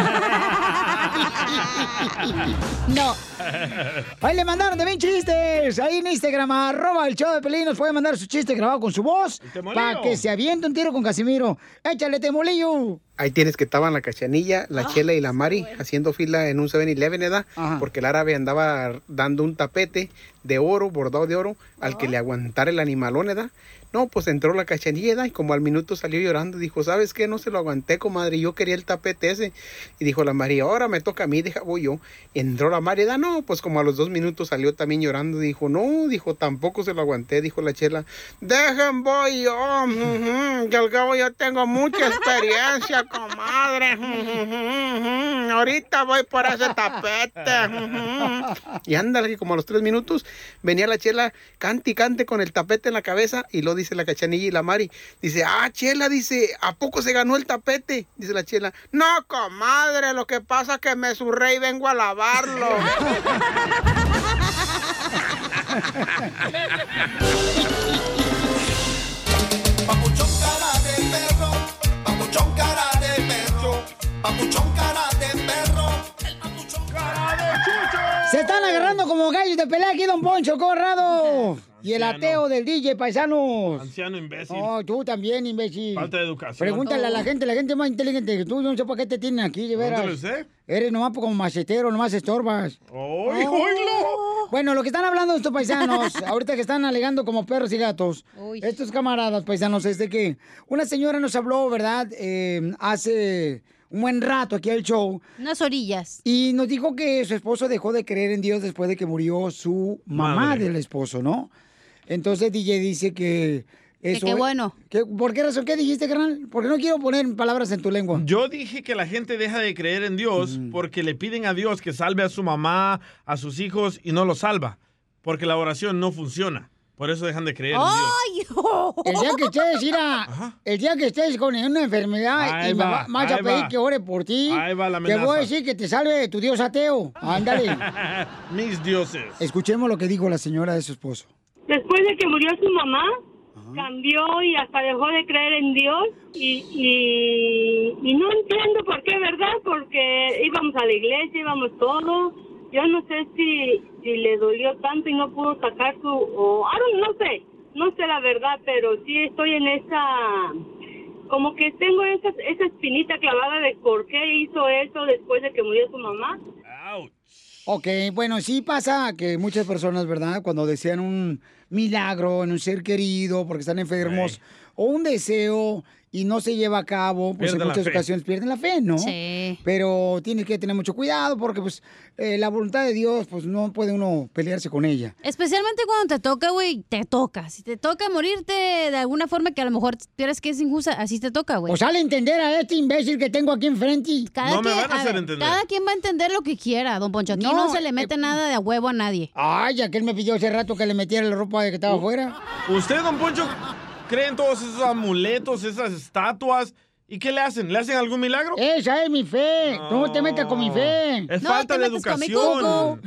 No. Ahí le mandaron también chistes. Ahí en Instagram, arroba el show de Pelín, nos puede mandar su chiste grabado con su voz para que se aviente un tiro con Casimiro. Échale, Temolillo. Ahí tienes que estaban la Cachanilla, la Chela y la Mari haciendo fila en un seven eleven, ¿verdad? Porque el árabe andaba dando un tapete de oro, bordado de oro, al que le aguantara el animalón, ¿verdad? No, pues entró la Cachanilla, ¿verdad? Y como al minuto salió llorando, dijo, ¿sabes qué? No se lo aguanté, comadre, yo quería el tapete ese. Y dijo la Mari, ahora me toca a mí, deja, voy yo. Entró la Mari, ¿verdad? No, pues como a los dos minutos salió también llorando, dijo, no, dijo, tampoco se lo aguanté, dijo la Chela. Dejen, voy yo, que al cabo yo tengo mucha experiencia, comadre. Ahorita voy por ese tapete. Y ándale, como a los tres minutos venía la Chela, cante y cante con el tapete en la cabeza. Y lo dice la Cachanilla y la Mari. Dice, ah, Chela, dice, ¿a poco se ganó el tapete? Dice la Chela, no, comadre, lo que pasa es que me zurré y vengo a lavarlo. Papuchón cara de perro, papuchón cara de perro, papuchón cara de perro, el papuchón cara de chucho. Se están agarrando como gallos de pelea aquí, don Poncho Corrado. Y el Anciano. ateo del D J, paisanos. Anciano imbécil. No, tú también, imbécil. Falta de educación. Pregúntale a la gente, la gente más inteligente que tú. Yo no sé por qué te tienen aquí, de veras. ¿Dónde lo sé? Eres nomás como macetero, nomás estorbas. ¡Ay, oílo! Bueno, lo que están hablando estos paisanos, ahorita que están alegando como perros y gatos, estos camaradas paisanos, es de que una señora nos habló, ¿verdad? Eh, hace un buen rato aquí al show. Unas orillas. Y nos dijo que su esposo dejó de creer en Dios después de que murió su mamá Madre. del esposo, ¿no? Entonces D J dice que eso... qué bueno. que- ¿Por qué razón? ¿Qué dijiste, carnal? Porque no quiero poner palabras en tu lengua. Yo dije que la gente deja de creer en Dios porque le piden a Dios que salve a su mamá, a sus hijos y no los salva. Porque la oración no funciona. Por eso dejan de creer en Dios. ¡Ay! El día que estés, mira, el día que estés con una enfermedad Ahí y me va, va- vas a ahí pedir va. que ore por ti, Ahí va la te voy amenaza. a decir que te salve tu Dios ateo. Ándale. Mis dioses. Escuchemos lo que dijo la señora de su esposo. Después de que murió su mamá, cambió y hasta dejó de creer en Dios y, y, y no entiendo por qué, ¿verdad? Porque íbamos a la iglesia, íbamos todos. Yo no sé si, si le dolió tanto y no pudo sacar su... O, I don't- no sé, no sé la verdad, pero sí estoy en esa... Como que tengo esa, esa espinita clavada de por qué hizo eso después de que murió su mamá. Ok, bueno, sí pasa que muchas personas, ¿verdad? Cuando desean un milagro en un ser querido porque están enfermos, sí, o un deseo y no se lleva a cabo, pues Pierden en la muchas fe. ocasiones pierden la fe, ¿no? Sí. Pero tienes que tener mucho cuidado porque, pues, eh, la voluntad de Dios, pues, no puede uno pelearse con ella. Especialmente cuando te toca, güey, te toca. Si te toca morirte de alguna forma que a lo mejor crees que es injusta, así te toca, güey. Pues sale a entender a este imbécil que tengo aquí enfrente. Cada No me quien- van a hacer ver, entender. Cada quien va a entender lo que quiera, don Poncho. Aquí no, No, se le mete eh, nada de a huevo a nadie. Ay, aquel me pidió hace rato que le metiera la ropa de que estaba afuera. ¿Usted, don Poncho, cree en todos esos amuletos, esas estatuas? ¿Y qué le hacen? ¿Le hacen algún milagro? Esa es mi fe. No, te metas con mi fe. Es falta de educación.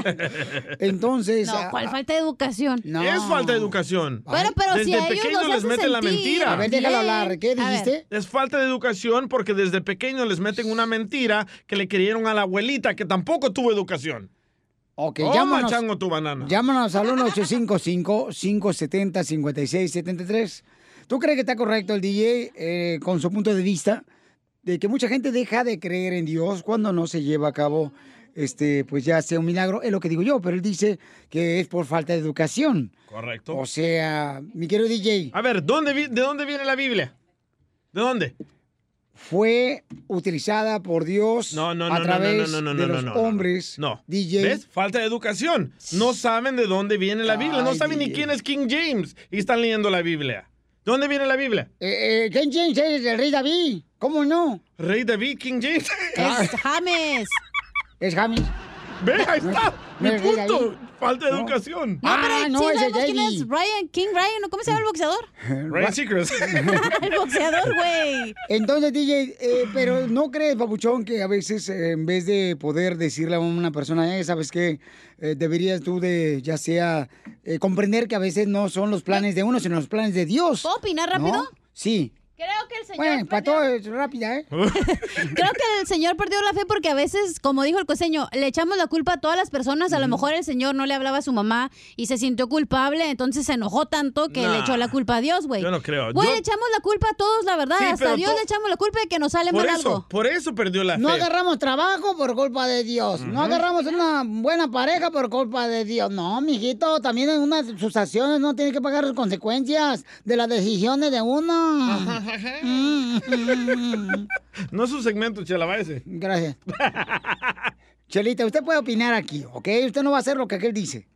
Entonces. No, ¿cuál falta de educación? Es falta de educación. Pero, pero desde si a ellos pequeños los les hace meten la sentir mentira. A ver, déjalo hablar. ¿Qué A ver. dijiste? Es falta de educación porque desde pequeños les meten una mentira que le creyeron a la abuelita que tampoco tuvo educación. Ok, Toma, llámanos. chango, tu banana. Llámanos al uno ocho cinco cinco, cinco siete cero, cinco seis siete tres. ¿Tú crees que está correcto el D J eh, con su punto de vista de que mucha gente deja de creer en Dios cuando no se lleva a cabo, este, pues ya sea un milagro? Es lo que digo yo, pero él dice que es por falta de educación. Correcto. O sea, mi querido D J. A ver, ¿dónde vi- ¿de dónde viene la Biblia? ¿De dónde? Fue utilizada por Dios No, no, a no, través no, no, no, no, de no, los no, no. hombres. No. D J. ¿Ves? Falta de educación. No saben de dónde viene la Biblia. No Ay, saben ni D J. quién es King James. Y están leyendo la Biblia. ¿De dónde viene la Biblia? Eh, eh, King James es el rey David. ¿Cómo no? Rey David, King James. Es James. Es James. Ve, ahí está. No Mi es rey punto. David. Falta de No. educación. No, pero Ah, sí no, ese sabemos es quién Eddie. es Ryan, King Ryan, ¿no? ¿Cómo se llama el boxeador? Ryan Seacrest. El boxeador, güey. Entonces, D J, eh, pero ¿no crees, papuchón, que a veces eh, en vez de poder decirle a una persona, eh, ¿sabes qué? Eh, deberías tú de, ya sea, eh, comprender que a veces no son los planes de uno, sino los planes de Dios. ¿Puedo opinar rápido? ¿No? Sí. Creo que el señor Bueno, para perdió- todo es rápida, ¿eh? Creo que el señor perdió la fe porque a veces, como dijo el costeño, le echamos la culpa a todas las personas. A lo mejor el señor no le hablaba a su mamá y se sintió culpable, entonces se enojó tanto que Nah, le echó la culpa a Dios, güey. yo no creo. Güey, Yo- le echamos la culpa a todos, la verdad. Sí, Hasta pero a Dios to- le echamos la culpa de que nos sale Por mal eso, algo. por eso perdió la No fe. agarramos trabajo por culpa de Dios. No agarramos una buena pareja por culpa de Dios. No, mijito, también en una de sus acciones no tiene que pagar las consecuencias de las decisiones de uno. Mm. No es su segmento, Chela, váyase. Gracias. Chelita, usted puede opinar aquí, ¿ok? Usted no va a hacer lo que aquel dice.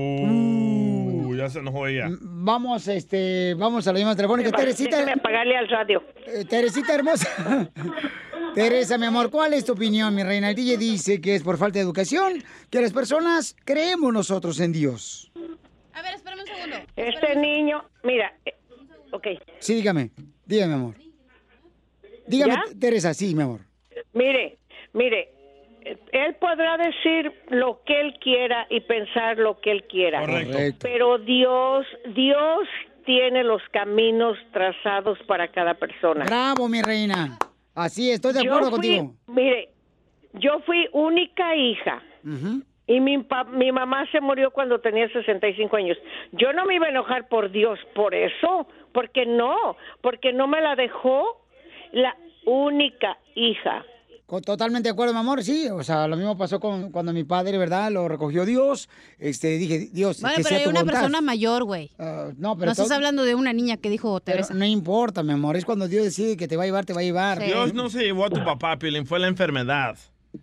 Uh, ya se enojó ella. Vamos, este, vamos a la llamada telefónica. Teresita. Déjeme apagarle al radio. Eh, Teresita hermosa. Teresa, mi amor, ¿cuál es tu opinión, mi reina? El D J dice que es por falta de educación, que las personas creemos nosotros en Dios. A ver, espérame un segundo. Este niño, mira, eh, ok. Sí, dígame. Dígame, amor. Dígame, ¿Ya? Teresa, sí, mi amor. Mire, mire, eh, él podrá decir lo que él quiera y pensar lo que él quiera. Correcto. Pero Dios, Dios tiene los caminos trazados para cada persona. Bravo, mi reina. Así, estoy de Yo acuerdo fui- contigo. Mire, yo fui única hija. Ujú. Y mi, pa- mi mamá se murió cuando tenía sesenta y cinco años. Yo no me iba a enojar por Dios por eso, porque no, porque no me la dejó la única hija. Co- Totalmente de acuerdo, mi amor, sí. O sea, lo mismo pasó con cuando mi padre, ¿verdad? Lo recogió Dios. Este, dije, Dios, Bueno, que pero sea hay tu una voluntad. persona mayor, güey. Ah, no, pero No estás todo- hablando de una niña que dijo pero Teresa. no importa, mi amor. Es cuando Dios decide que te va a llevar, te va a llevar. Dios no se llevó a tu papá, Piolín, fue la enfermedad.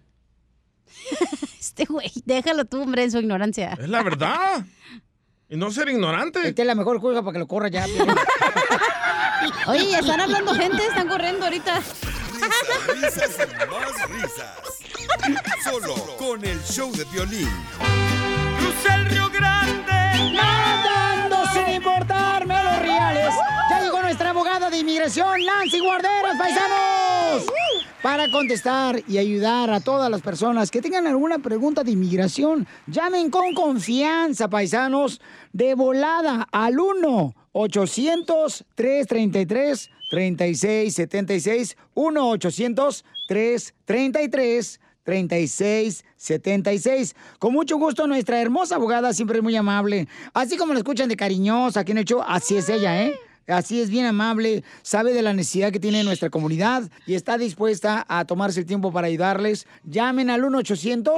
Este güey, déjalo tú, hombre, en su ignorancia. Es la verdad. Y no ser ignorante. Esta es la mejor juega para que lo corra ya. Oye, ya están hablando gente, están corriendo ahorita. Risas y más risas. Solo con el show de Piolín. Cruza el Río Grande. Nadando sin importarme a los reales. Ya llegó nuestra abogada de inmigración, Nancy Guarderas, paisanos. Para contestar y ayudar a todas las personas que tengan alguna pregunta de inmigración, llamen con confianza, paisanos, de volada al uno ochocientos, tres treinta y tres, treinta y seis setenta y seis. uno ochocientos, tres treinta y tres, treinta y seis setenta y seis. Con mucho gusto, nuestra hermosa abogada siempre es muy amable. Así como la escuchan de cariñosa aquí en el show, así es ella, ¿eh? Así es, bien amable, sabe de la necesidad que tiene nuestra comunidad y está dispuesta a tomarse el tiempo para ayudarles. Llamen al uno ochocientos,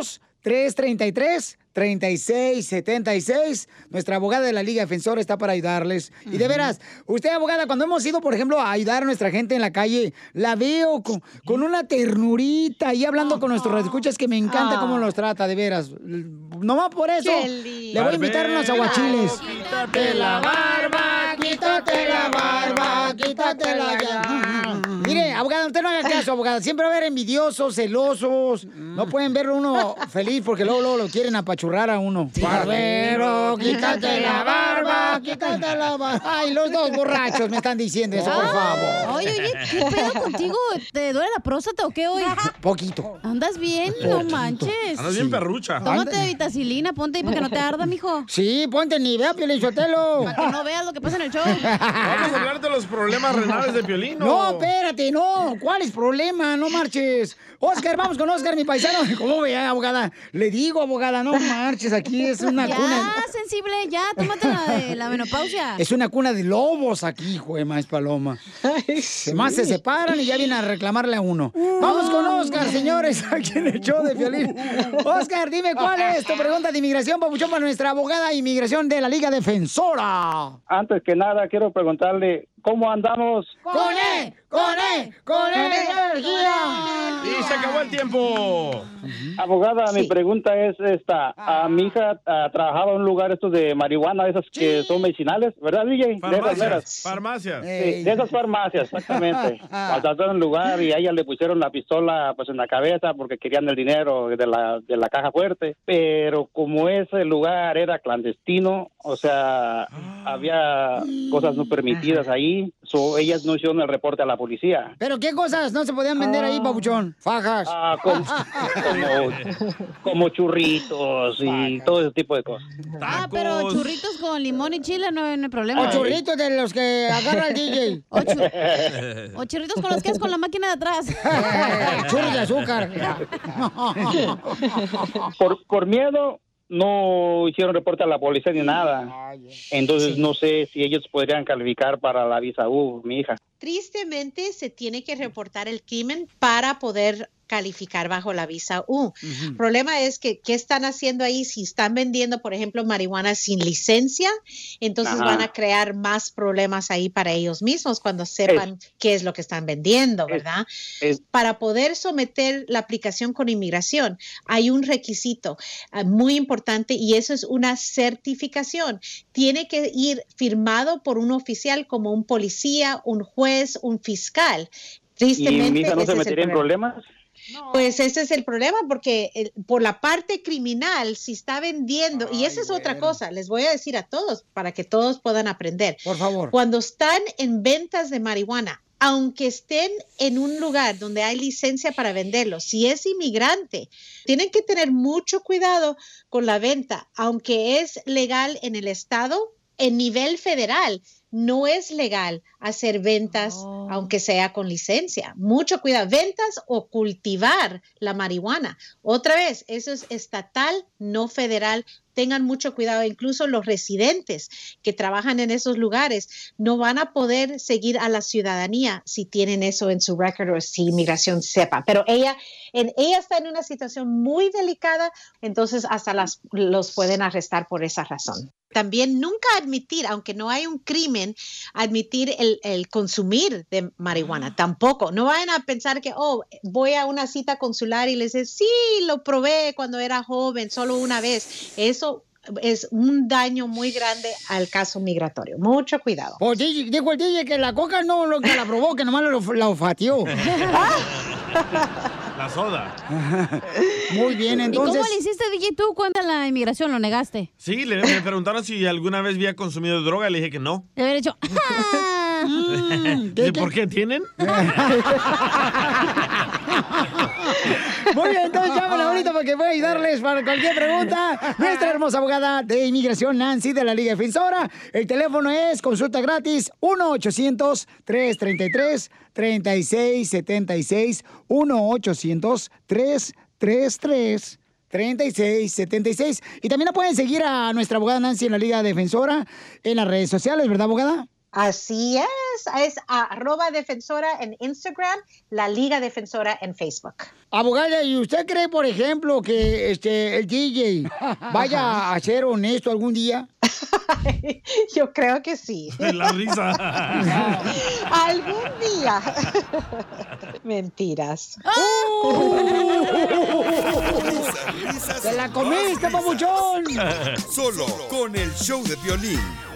tres tres tres, tres seis siete seis. Nuestra abogada de la Liga Defensora está para ayudarles. Y de veras, usted, abogada, cuando hemos ido, por ejemplo, a ayudar a nuestra gente en la calle, la veo con, con una ternurita y hablando con nuestros radioescuchas que me encanta cómo los trata, de veras. Nomás por eso le voy a invitar unos aguachiles. Quítate la barba, quítate la barba, quítate la ya. Mire, abogada, usted no haga caso, abogada. Siempre va a haber envidiosos, celosos. No pueden ver uno feliz porque luego, luego lo quieren apachurrar a uno. Barbero, quítate la barba, quítate la barba. Ay, los dos borrachos me están diciendo eso, por favor. Oye, oye, ¿qué pedo contigo? ¿Te duele la próstata o qué hoy? Poquito. ¿Andas bien? No manches. Andas bien perrucha. Tómate vitacilina, ponte ahí para que no te arda, mijo. Sí, ponte ni vea, Piolín Sotelo. Para que no veas lo que pasa en el show. Vamos a hablar de los problemas renales de Piolín. No, espérate, no. ¿Cuál es problema? No marches. Oscar, vamos con Oscar, mi paisano. ¿Cómo ve, abogada? Le digo, abogada, no marches. Aquí es una ya, cuna. Ya, sensible, ya. Tómate la de la menopausia. Es una cuna de lobos aquí, hijo de maíz paloma. Además se separan y ya vienen a reclamarle a uno. Vamos con Oscar, señores, aquí en el show de Piolín. Oscar, dime cuál es tu pregunta de inmigración, papuchón, para nuestra abogada de inmigración de la Liga Defensora. Antes que nada, quiero preguntarle, ¿cómo andamos? ¡Con E! ¡Con E! ¡Con E energía! Y se acabó el tiempo. Abogada, Sí. mi pregunta es esta. A mi hija ah, trabajaba en un lugar estos de marihuana, esas que son medicinales, ¿verdad, D J? De esas Farmacias. veras. Farmacias. Sí, de esas farmacias, exactamente. Pasaron en un lugar y a ella le pusieron la pistola pues en la cabeza porque querían el dinero de la, de la caja fuerte. Pero como ese lugar era clandestino, o sea, había cosas no permitidas ahí, so, ellas no hicieron el reporte a la policía. ¿Pero qué cosas no se podían vender ahí, papuchón? Fajas. Ah, como, como, como churritos y todo ese tipo de cosas. Ah, pero churritos con limón y chile no, no hay problema. O churritos de los que agarra el D J. O, chu- o churritos con los que es con la máquina de atrás. Churros de azúcar. Por, por miedo no hicieron reporte a la policía ni nada. Entonces no sé si ellos podrían calificar para la visa U, mi hija. Tristemente se tiene que reportar el crimen para poder calificar bajo la visa U. El problema es que, ¿qué están haciendo ahí? Si están vendiendo, por ejemplo, marihuana sin licencia, entonces Ajá. van a crear más problemas ahí para ellos mismos cuando sepan Es- qué es lo que están vendiendo, ¿verdad? Es- Para poder someter la aplicación con inmigración, hay un requisito ah, muy importante y eso es una certificación. Tiene que ir firmado por un oficial como un policía, un juez, un fiscal. ¿Y Tristemente, mi hija no ese se es el metería en problema. problemas? Pues ese es el problema, porque el- por la parte criminal, si está vendiendo, y esa es otra cosa, les voy a decir a todos, para que todos puedan aprender. Por favor. Cuando están en ventas de marihuana, aunque estén en un lugar donde hay licencia para venderlo, si es inmigrante, tienen que tener mucho cuidado con la venta, aunque es legal en el estado, en nivel federal. No es legal hacer ventas, aunque sea con licencia. Mucho cuidado. Ventas o cultivar la marihuana. Otra vez, eso es estatal, no federal. Tengan mucho cuidado. Incluso los residentes que trabajan en esos lugares no van a poder seguir a la ciudadanía si tienen eso en su récord o si inmigración sepa. Pero ella, en, ella está en una situación muy delicada, entonces hasta las, los pueden arrestar por esa razón. También nunca admitir, aunque no hay un crimen, admitir el, el consumir de marihuana. Tampoco. No vayan a pensar que, oh, voy a una cita consular y les dice, sí, lo probé cuando era joven, solo una vez. Eso es un daño muy grande al caso migratorio. Mucho cuidado. Pues di- dijo el D J que la coca no lo que la probó, que nomás lo, la olfateó. La soda. Muy bien, ¿Y entonces. cómo le hiciste, D J, tú cuando la inmigración lo negaste? Sí, le, me preguntaron si alguna vez había consumido droga. Le dije que no. Le haber dicho, Dice, ¿por qué tienen? Muy bien, entonces llamen ahorita porque voy a ayudarles para cualquier pregunta. Nuestra hermosa abogada de inmigración, Nancy, de la Liga Defensora. El teléfono es consulta gratis uno ochocientos, tres treinta y tres, treinta y seis setenta y seis. uno ochocientos, tres treinta y tres, treinta y seis setenta y seis. Y también la pueden seguir a nuestra abogada Nancy en la Liga Defensora en las redes sociales, ¿verdad, abogada? Así es, es arroba defensora en Instagram, la Liga Defensora en Facebook. Abogada, ¿y usted cree, por ejemplo, que este el D J vaya a ser honesto algún día? Yo creo que sí. La risa. Algún día. Mentiras. Risas, risas ¡Te la y comiste, más risas. papuchón! Solo con el show de Piolín.